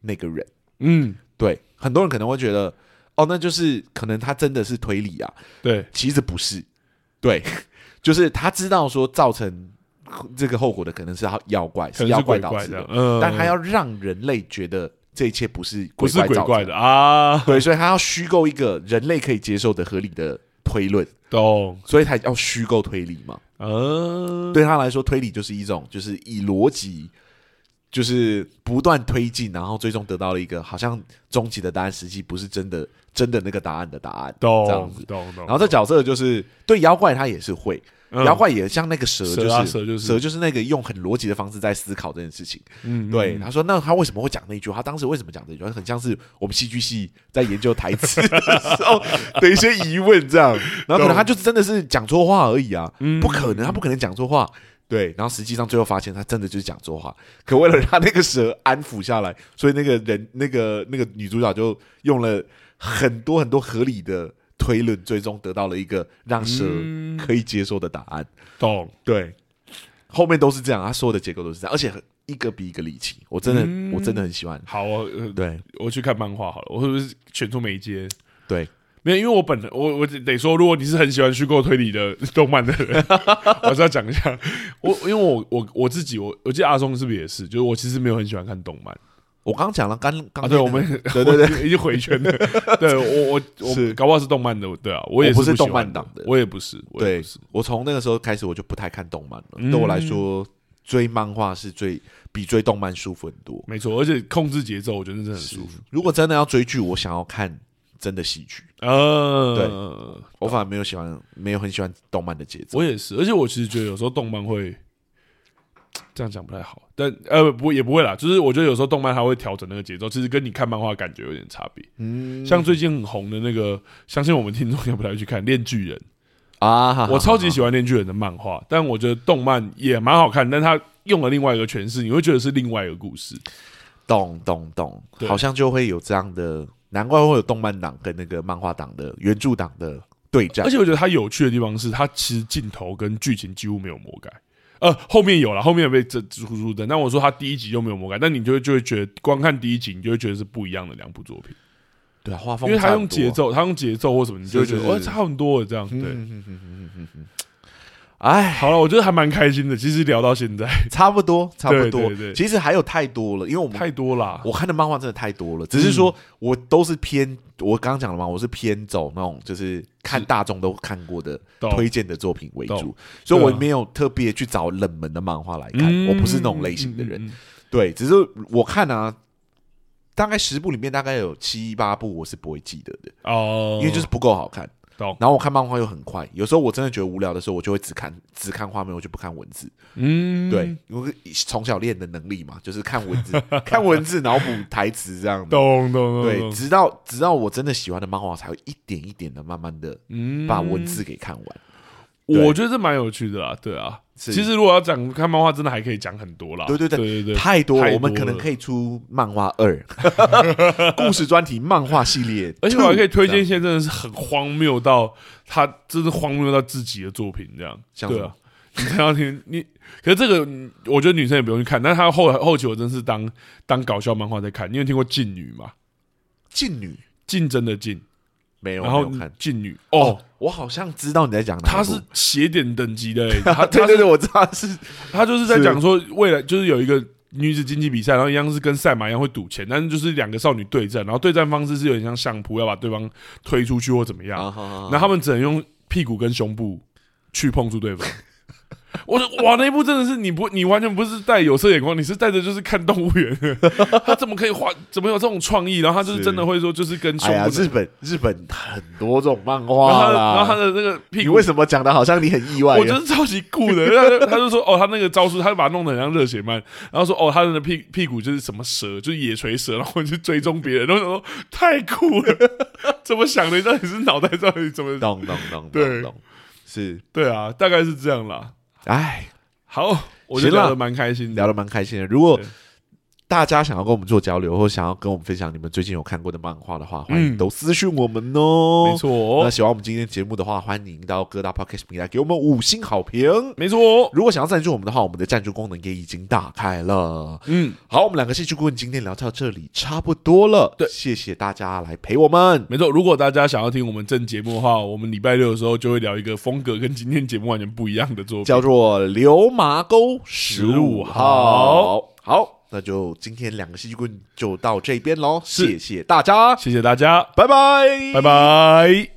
那个人。 嗯， 对，很多人可能会觉得，哦，那就是可能他真的是推理啊， 对， 其实不是，对，就是他知道说造成这个后果的可能是妖怪， 可能是妖怪鬼怪导致的， 的， 但他要让人类觉得这一切不是不是鬼怪怪造成的啊， 对，所以他要虚构一个人类可以接受的合理的推论， 懂， 所以他要虚构推理嘛。对他来说，推理就是一种就是以逻辑。就是不断推进，然后最终得到了一个好像终极的答案，实际不是真的那个答案的答案，这样子。 懂。 然后这角色就是对妖怪他也是会，妖怪也像那个蛇，蛇就是那个用很逻辑的方式在思考这件事情。对，他说那他为什么会讲那句话？他当时为什么讲这句话？很像是我们戏剧系在研究台词的时候的一些疑问这样。然后可能他就是真的是讲错话而已啊，不可能，他不可能讲错话。对，然后实际上最后发现他真的就是讲错话，可为了让那个蛇安抚下来，所以那个人那个女主角就用了很多合理的推论，最终得到了一个让蛇可以接受的答案。 懂， 对，后面都是这样，他所有的结构都是这样，而且一个比一个离奇，我真的很喜欢。 好， 对， 我去看漫画好了，我是不是选出媒介？ 对。 没有，因为我得说，如果你是很喜欢虚构推理的动漫的人，我还是要讲一下。因为我自己，我记得阿松是不是也是？就是我其实没有很喜欢看动漫。 我刚讲了， 对，我们对已经回圈了。对我搞不好是动漫的，对啊，我也不是动漫党的， 我也不是。 对，我从那个时候开始我就不太看动漫了。对我来说，追漫画是比追动漫舒服很多。 没错，而且控制节奏，我觉得真的很舒服。 如果真的要追剧，我想要看真的戏剧，对，我反而没有很喜欢动漫的节奏。 我也是，而且我其实觉得有时候动漫会这样讲不太好，但也不会啦，就是我觉得有时候动漫它会调整那个节奏，其实跟你看漫画感觉有点差别。像最近很红的那个，相信我们听众要不要去看《链锯人》啊？我超级喜欢《链锯人》的漫画，但我觉得动漫也蛮好看，但它用了另外一个诠释，你会觉得是另外一个故事。 懂，好像就会有这样的。难怪会有动漫党跟那个漫画党的原著党的对战， 而且我觉得它有趣的地方是，它其实镜头跟剧情几乎没有魔改。后面有了，后面有被蜘蛛灯，但我说它第一集就没有魔改，但你就会觉得光看第一集，你就会觉得是不一样的两部作品。 对啊，画风因为它用节奏或什么，你就会觉得差很多这样。对，哎，好了，我觉得还蛮开心的。其实聊到现在， 差不多。 对， 其实还有太多了，因为我们太多啦。 我看的漫画真的太多了，只是说我都是偏，我刚刚讲了嘛，我是偏走那种就是看大众都看过的推荐的作品为主，所以我没有特别去找冷门的漫画来看，我不是那种类型的人。对，只是我看啊，大概10部里面大概有7、8部我是不会记得的哦，因为就是不够好看。然后我看漫画又很快，有时候我真的觉得无聊的时候，我就会只看画面，我就不看文字。对，因为从小练的能力嘛，就是看文字，看文字，脑补台词这样。 懂。 对，直到我真的喜欢的漫画，才会一点一点的慢慢的把文字给看完。 我觉得这蛮有趣的啦，对啊。其实如果要讲看漫画，真的还可以讲很多啦。 对，太多了，我们可能可以出漫画2故事专题漫画系列， 而且我还可以推荐一些真的是很荒谬到他真的荒谬到自己的作品，这样。对啊，你才要听你。可是这个我觉得女生也不用去看，但是他后期我真是当搞笑漫画在看。你有听过劲女吗？ 劲女， 竞争的竞。 没有， 然后看劲女我好像知道你在讲哪一部， 他是邪典等级的对，我知道他就是在讲说未来就是有一个女子竞技比赛，然后一样是跟赛马一样会赌钱，但是就是2个少女对战，然后对战方式是有点像相扑，要把对方推出去或怎么样，然后他们只能用屁股跟胸部去碰触对方。我说哇，那一部真的是你完全不是带有色眼光，你是带着就是看动物园的。他怎么可以怎么有这种创意？然后他就是真的会说，就是跟胸部。 日本很多这种漫画啦。 然后他的那个屁股， 你为什么讲的好像你很意外？ 我觉得超级酷的。他就说他那个招数，他就把它弄得很像热血漫。然后说他的屁股就是什么蛇，就是野垂蛇，然后去追踪别人。然后说太酷了，怎么想的？到底是脑袋到底怎么？ 懂， 对， 是， 对啊，大概是这样啦。 哎， 好，我觉得聊得蛮开心的。 如果大家想要跟我们做交流，或想要跟我们分享你们最近有看过的漫画的话，欢迎都私讯我们哦。 没错， 那喜欢我们今天节目的话，欢迎到各大 podcast 平台给我们5星好评。 没错。 如果想要赞助我们的话，我们的赞助功能也已经打开了。好，我们2个戏剧顾问今天聊到这里差不多了。 对， 谢谢大家来陪我们。 没错，如果大家想要听我们正节目的话，我们礼拜六的时候就会聊一个风格跟今天节目完全不一样的作品， 叫做流麻沟15号。好，那就今天2个戏剧棍就到这边喽，谢谢大家， 谢谢大家， 拜拜， 拜拜。